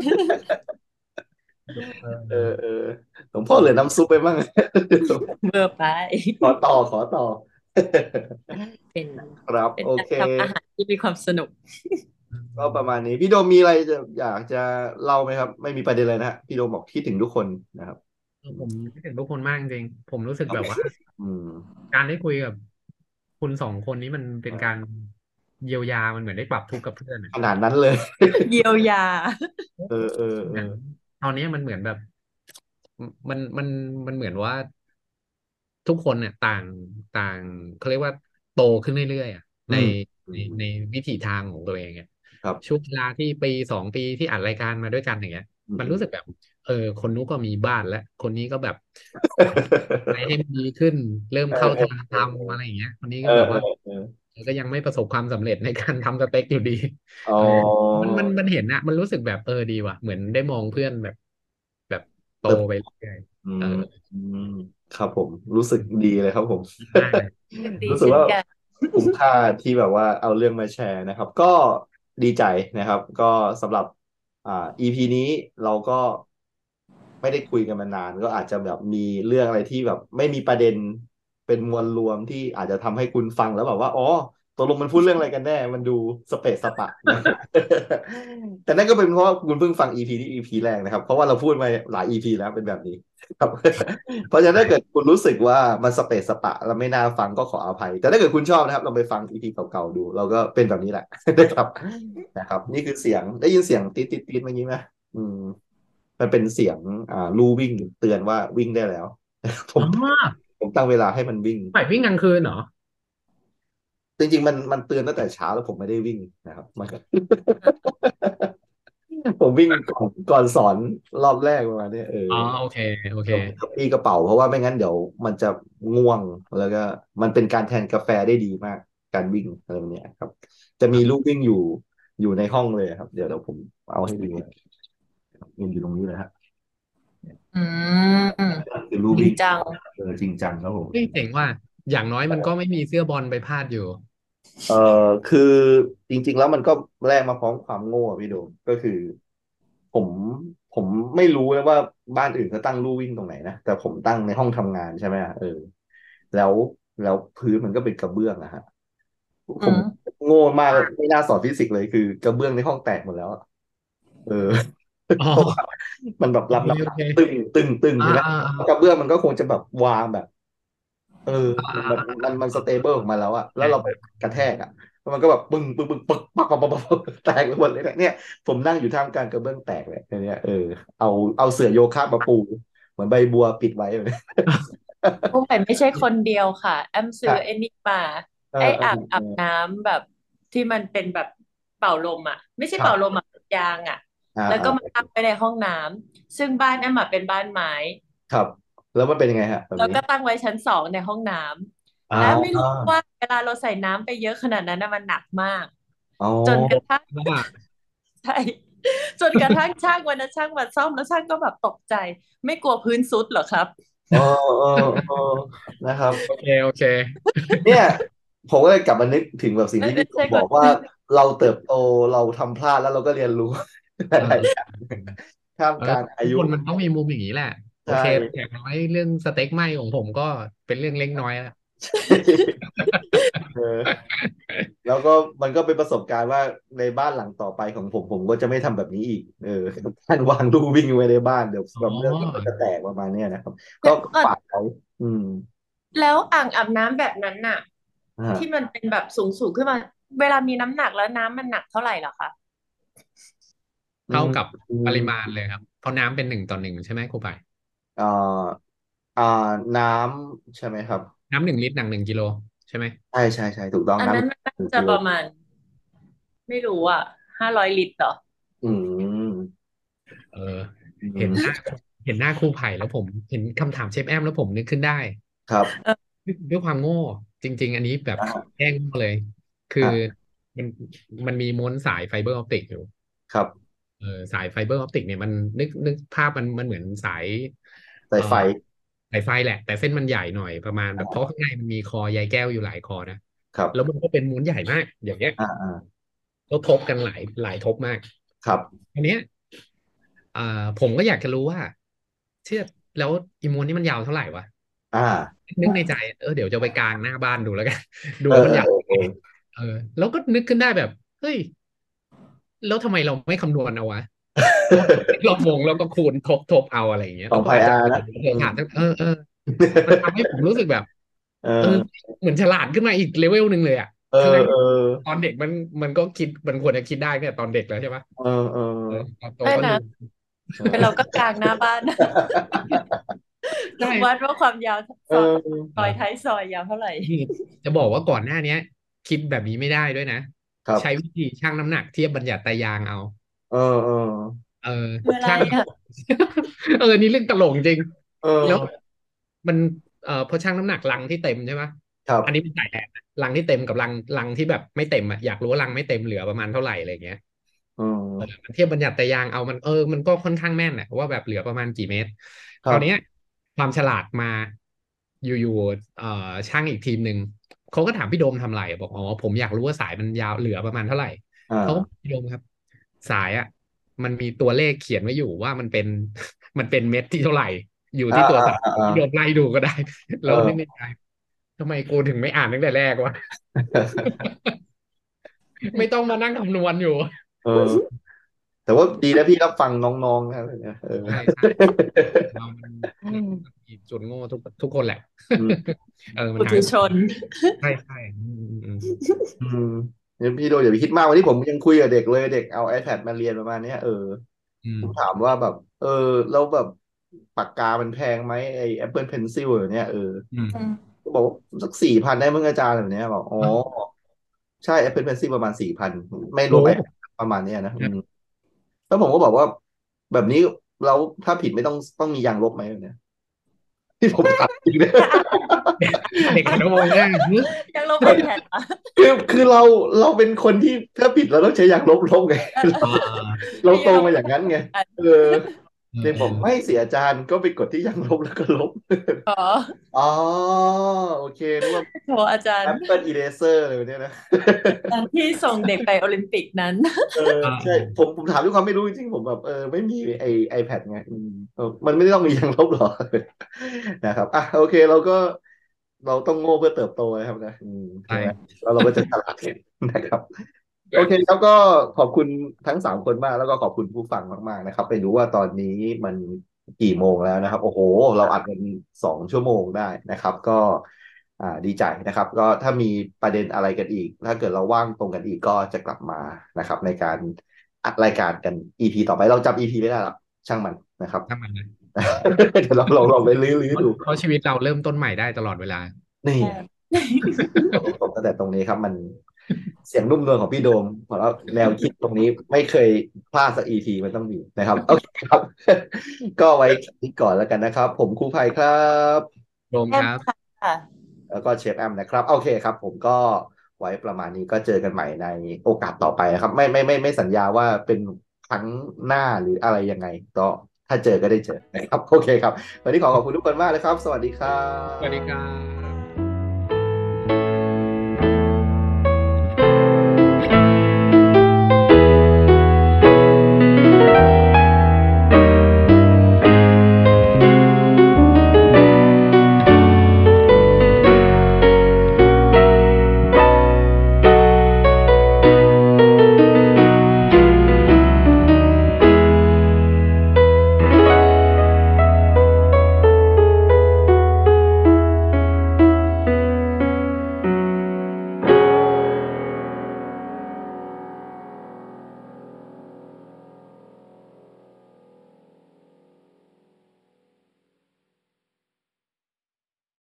เเออออเออหลวงพ่อเหลือน้ำซุปไปบ้างเวอร์ไปขอต่อขอต่อเป็นครับเป็นโอเคการทำอาหารที่มีความสนุกก็ประมาณนี้พี่โดมมีอะไรจะอยากจะเล่าไหมครับไม่มีประเด็นเลยนะฮะพี่โดมบอกคิดถึงทุกคนนะครับเออผมคิดถึงทุกคนมากจริงๆผมรู้สึกแบบว่าอืมการได้คุยกับคุณสองคนนี้มันเป็นการเยียวยามันเหมือนได้ปรับทุกข์กับเพื่อนอ่ะขนาดนั้นเลยเยียวยาเออเออเอออย่างตอนนี้มันเหมือนแบบมันมันมันเหมือนว่าทุกคนเนี่ยต่างต่างเขาเรียกว่าโตขึ้นเรื่อยๆอ่ะในอืมอืในมในวิถีทางของตัวเองอ่ะครับช่วงเวลาที่ปีสองปีที่อัดรายการมาด้วยกันอย่างเงี้ยอืมอืมมันรู้สึกแบบเออคนนู้นก็มีบ้านแล้วคนนี้ก็แบบไปให้มันดีขึ้นเริ่มเออเข้าเออทางทำอะไรอย่างเงี้ยคนนี้เออเออก็แบบว่าเออก็ยังไม่ประสบความสำเร็จในการทำสเต็กอยู่ดีอ๋อเออมันมันมันเห็นนะมันรู้สึกแบบเออดีว่ะเหมือนได้มองเพื่อนแบบแบบโตเติบไปเรื่อยอืๆเออมอืมครับผมรู้สึกดีเลยครับผมมากเลยดีรู้สึกว่าเช่นกันคุ้มค่าที่แบบว่าเอาเรื่องมาแชร์นะครับก็ดีใจนะครับก็สำหรับอ่า อี พี นี้เราก็ไม่ได้คุยกันมานานก็อาจจะแบบมีเรื่องอะไรที่แบบไม่มีประเด็นเป็นมวลรวมที่อาจจะทำให้คุณฟังแล้วแบบว่าอ๋อตกลงมันพูดเรื่องอะไรกันแน่มันดูสเปะสปะนะ แต่นั่นก็เป็นเพราะว่าคุณเพิ่งฟัง อี พี นี้ อี พี แรกนะครับเพราะว่าเราพูดมาหลาย อี พี แล้วเป็นแบบนี้ครับ เพราะฉะนั้นถ้าเกิดคุณรู้สึกว่ามันสเปซสปะแล้วไม่น่าฟังก็ขออภัยแต่ถ้าเกิดคุณชอบนะครับลองไปฟังอีพีเก่าๆดูเราก็เป็นแบบนี้แหละ นะครับนะครับนี่คือเสียงได้ยินเสียงตีดตีดตีดเมื่อกี้ไหมอืมมันเป็นเสียงอ่าลู่วิ่งเตือนว่าวิ่งได้แล้วผอ๋อมผมตั้งเวลาให้มันวิ่งไปวิ่งกลางคืนเหรอจริงๆมันมันเตือนตั้งแต่เช้าแล้วผมไม่ได้วิ่งนะครับมันก็ ผมวิ่งก่อนก่อนสอนรอบแรกประมาณเนี้ยเอออ๋อโอเคโอเคเดี๋ยวกระปี้กระเป๋าเพราะว่าไม่งั้นเดี๋ยวมันจะง่วงแล้วก็มันเป็นการแทนกาแฟได้ดีมากการวิ่งอะไรแบบเนี้ยครับจะมีลูกครับวิ่งอยู่อยู่ในห้องเลยครับเดี๋ยวเดี๋ยวผมเอาให้ดูมันอยู่ตรงนี้เลยฮะอืมคือลูกวิ่งจริงจังเออจริงจังครับผมเฮ้ยเจ๋งว่าอย่างน้อยมันก็ไม่มีเสื้อบอลไปพาดอยู่เออคือจริงๆแล้วมันก็แลกมาพร้อมความโง่อะพี่โดมก็คือผมผมไม่รู้นะว่าบ้านอื่นเขาตั้งลู่วิ่งตรงไหนนะแต่ผมตั้งในห้องทำงานใช่ไหมอะเออแล้วแล้วพื้นมันก็เป็นกระเบื้องอะฮะ ผมอืมโง่มากไม่น่าสอนฟิสิกส์เลยคือกระเบื้องในห้องแตกหมดแล้วอะเอออ๋อเพราะว่ามันแบบโอรับน้ำหนักเคโอเคตึงตึงตึงอ่าใช่ไหมอ่าอ่ากระเบื้องมันก็คงจะแบบวางแบบเอออ่ามันมันอ่ามันมันสเตเบิลของมันแล้วอะโอแล้วเราไปเคกระแทกอะแล้วมันก็แบบปึ้งปึ้งปึ้งปึ๊กปักปักปักปักปักแตกไปหมดเลยเนี่ยเนี่ยผมนั่งอยู่ท่ามกลางกระเบื้องแตกเลยเนี่ยเออเอาเอาเสื่อโยคะมาปูเหมือนใบบัวปิดไว้เลยพวกใหม่ไม่ใช่คนเดียวค่ะแอมใช่ซื้อไอ้นี่มาเออเออไอ้อ่างเอออาบน้ำแบบที่มันเป็นแบบเป่าลมอ่ะไม่ใช่ครับเป่าลมอ่ะยางอ่ะอ่าแล้วก็มาอ่าตั้งไว้ในห้องน้ำซึ่งบ้านแอมอะเป็นบ้านไม้ครับแล้วมันเป็นยังไงฮะแบบนี้แล้วก็ตั้งไว้ชั้นสองในห้องน้อ่ำและไม่รู้าว่าเวลาเราใส่น้ำไปเยอะขนาดนั้นนะมันหนักมากอ๋อจนกระทั่งว่าใช่จนกระทั่งช่างวันนั้นช่างมาซ่อมแล้วช่างก็แบบตกใจไม่กลัวพื้นทรุดเหรอครับเออเออเออนะครับโอเคโอเคเนี่ยผมก็เลยกลับมานึกถึงแบบสิ่งไม่ที่พี่ไม่ใช่คนบอกว่าเราเติบโตเราทำพลาดแล้วเราก็เรียนรู้หเออลายๆอย่างท่ามเออกลางอายุทุกคนมันต้องมีมุมอย่างนี้แหละโอใช่เคอย่างน้อยเรื่องสเต็กไหม้ของผมก็เป็นเรื่องเล็กน้อยแล้วเออแล้วก็มันก็เป็นประสบการณ์ว่าในบ้านหลังต่อไปของผมผมก็จะไม่ทำแบบนี้อีกเออการวางลู่วิ่งไว้ในบ้านเดี๋ยวอ๋แบบเรื่องมันอจะแตกประมาณเนี้ยนะครับก็เดี๋ยวก่อนฝากเขาอืมแล้วอ่างอาบน้ำแบบนั้นน่ะอ่าที่มันเป็นแบบสูงสูงขึ้นมาเวลามีน้ำหนักแล้วน้ำมันหนักเท่าไหร่เหรอคะอืมเท่ากับอืปริมาณมเลยครับเพราะน้ำเป็นหนึ่งต่อหนึ่งใช่ไหมครูไปายอ่าอ่าน้ำใช่ไหมครับน้ำหนึ่งลิตรหนักหนึ่งกิโลใช่ไหมใช่ใช่ใช่ถูกต้องอันน้นั้นมันน่าำหนึ่งจะกิโลประมาณไม่รู้อ่ะห้าร้อยลิตรเหรออืมเอออืเห็นหน้ามเห็นหน้าครูไผ่แล้วผมเห็นคำถามเชฟแอมแล้วผมนึกขึ้นได้ครับเออด้วยด้วยความโง่จริงๆอันนี้แบบอ่าแกล้งโง่เลยคืออ่ามันมันมีม้วนสายไฟเบอร์ออปติกอยู่ครับเออสายไฟเบอร์ออปติกเนี่ยมันนึกนึกภาพมันมันเหมือนสายเอ่อสายไฟสายไฟแหละแต่เส้นมันใหญ่หน่อยประมาณแบบเพราะอ่าข้างในมันมีคอใยแก้วอยู่หลายคอนะครับแล้วมันก็เป็นม้วนใหญ่มากอย่างเงี้ยอ่าอ่าแล้วทบกันหลายหลายทบมากครับอันเนี้ยอ่าผมก็อยากจะรู้ว่าเชื่อแล้วอีม้วนนี้มันยาวเท่าไหร่วะอ่านึกในใจเออเดี๋ยวจะไปกางหน้าบ้านดูแล้วกันดูเออว่ามันยาวเออเออเออเออแล้วก็นึกขึ้นได้แบบเฮ้ยแล้วทำไมเราไม่คำนวณเอาวะ เราวงแล้วก็คูณทบทบเอาอะไรอย่างเงี้ยของไพแล้วก็อาจจะอาร์นะเอออืมขาดสักเออเออมันทำให้ผมรู้สึกแบบเอเอออเหมือนฉลาดขึ้นมาอีกเลเวลหนึ่งเลยอ่ะเออทั้งนั้นเออตอนเด็กมันมันก็คิดมันควรจะคิดได้เนี่ยตอนเด็กแล้วใช่ปะเออเออเออตอนโตไม่นะก็ลืมแต่เราก็กางหน้าบ้านใช่วัดว่าความยาวเซอยออซอยท้ายซอยยาวเท่าไหร่นี่จะบอกว่าก่อนหน้าเนี้ยคิดแบบนี้ไม่ได้ด้วยนะครับใช้วิธีชั่งน้ำหนักเทียบบัญญัติไตรยางเอาเออเออเออคืออะไรชั่งอ่ะเออนี่เรื่องตลกจริงเอแล้วอมันเอ่อพอชั่งน้ำหนักลังที่เต็มใช่ไหมครับอันนี้เป็นสายแอนนะลังที่เต็มกับลังลังที่แบบไม่เต็มอ่ะอยากรู้ว่าลังไม่เต็มเหลือประมาณเท่าไหร่อะไรเงี้ยอืเออมมันเทียบบัญญัติไตรยางเอามันเออมันก็ค่อนข้างแม่นแหละว่าแบบเหลือประมาณกี่เมตรครับคราวเนี้ยความฉลาดมาอยู่ๆเอ่อช่างอีกทีมหนึ่งเขาก็ถามพี่โดมทำไรบอกอ๋อผมอยากรู้ว่าสายมันยาวเหลือประมาณเท่าไหร่เขาก็บอกอ่าพี่โดมครับสายอ่ะมันมีตัวเลขเขียนไว้อยู่ว่ามันเป็นมันเป็นเม็ดที่เท่าไหร่อยู่อ่าที่ตัวสายอ่าอ่าอ่าพี่โดมไล่ดูก็ได้เอแล้วนึกในอใจทำไมกูถึงไม่อ่านตั้งแต่แรกวะไม่ต้องมานั่งคำนวณอยู่เออแต่ว่าดีนะพี่รับฟังน้องๆนะครับเนี่ยเออใช่ใช่เรามันมันมันมีส่วนโง่ทุกทุกคนแหละอืมเออมันปุถุชทำให้ผมนใช่ใช่อืมอืมอืมอืมเดี๋ยวพี่โดอย่าไปคิดมากวันนี้ผมยังคุยกับเด็กเลยเด็กเอา iPad มาเรียนประมาณเนี้ยเอออืมผมถามว่าแบบเออแล้วแบบปากกามันแพงไหมไอ้ Apple Pencil อย่างเนี้ยเอออืมอืมก็บอกว่าสักสี่พันได้มั้งอาจารย์แบบเนี้ยบอกอ๋ออ่ะใช่ Apple Pencil ประมาณสี่พันไม่รวมโห iPad ประมาณเนี้ยนะอืมแล้วผมก็บอกว่าแบบนี้แล้วถ้าผิดไม่ต้องต้องมียางลบไหมแบบเนี้ยที่ผมถามจริงเนี่ยเด็กอนุวงศ์เนี่ยหึยังลบ iPad อ่ะคือคือเราเราเป็นคนที่ถ้าผิดเราต้องใช้ยางลบลบไงอ่าเราไม่ยอมโตมาอย่างนั้นไงเออเออเนี่ยเออบอกไม่เสียอาจารย์ก็ไปกดที่ยางลบแล้วก็ลบขออ๋อโอเคนึกว่าโทรอาจารย์ Apple Eraser อะไรแบบเนี้ยนะตอนที่ส่งเด็กไปโอลิมปิกนั้นเอออ่าใช่ผมผมถามด้วยความไม่รู้จริงๆผมแบบเออไม่มีไอไอแพดไงอืมเออมันไม่ได้ต้องมียางลบหรอกนะครับอ่ะโอเคเราก็เราต้องโง่เพื่อเติบโตนะครับนะอืมใช่ใช่ไหมแล้วเราก็จะฉลาดนะครับ โอเคครับก็ขอบคุณทั้งสามคนมากแล้วก็ขอบคุณผู้ฟังมากๆนะครับไปดูว่าตอนนี้มันกี่โมงแล้วนะครับโอ้โหเราอัดกันสองชั่วโมงได้นะครับก็อ่าดีใจนะครับก็ถ้ามีประเด็นอะไรกันอีกถ้าเกิดเราว่างตรงกันอีกก็จะกลับมานะครับในการอัดรายการกัน อี พี ต่อไปเราจำ อี พี ไม่ได้หรอกช่างมันนะครับถ้ามันนะเดี๋ยวเราลองลองไปลื้อเพราะๆดูเพราะชีวิตเราเริ่มต้นใหม่ได้ตลอดเวลานี่ใช่ผมตั้งแต่ตรงนี้ครับมันเสียงนุ่มนวลของพี่โดมของเราแนวคิดตรงนี้ไม่เคยพลาดสักอีทีมันต้องมีนะครับโอเคครับก็ไว้คิดก่อนแล้วกันนะครับผมครูภัยครับโรมแอมครับค่ะแล้วก็เชฟแอมนะครับโอเคครับผมก็ไว้ประมาณนี้ก็เจอกันใหม่ในโอกาสต่อไปนะครับไม่ไม่ไม่ไม่สัญญาว่าเป็นครั้งหน้าหรืออะไรยังไงก็ถ้าเจอก็ได้เจอนะครับโอเคครับวันนี้ขอขอบคุณทุกคนมากเลยครับสวัสดีครัสวัสดีครับ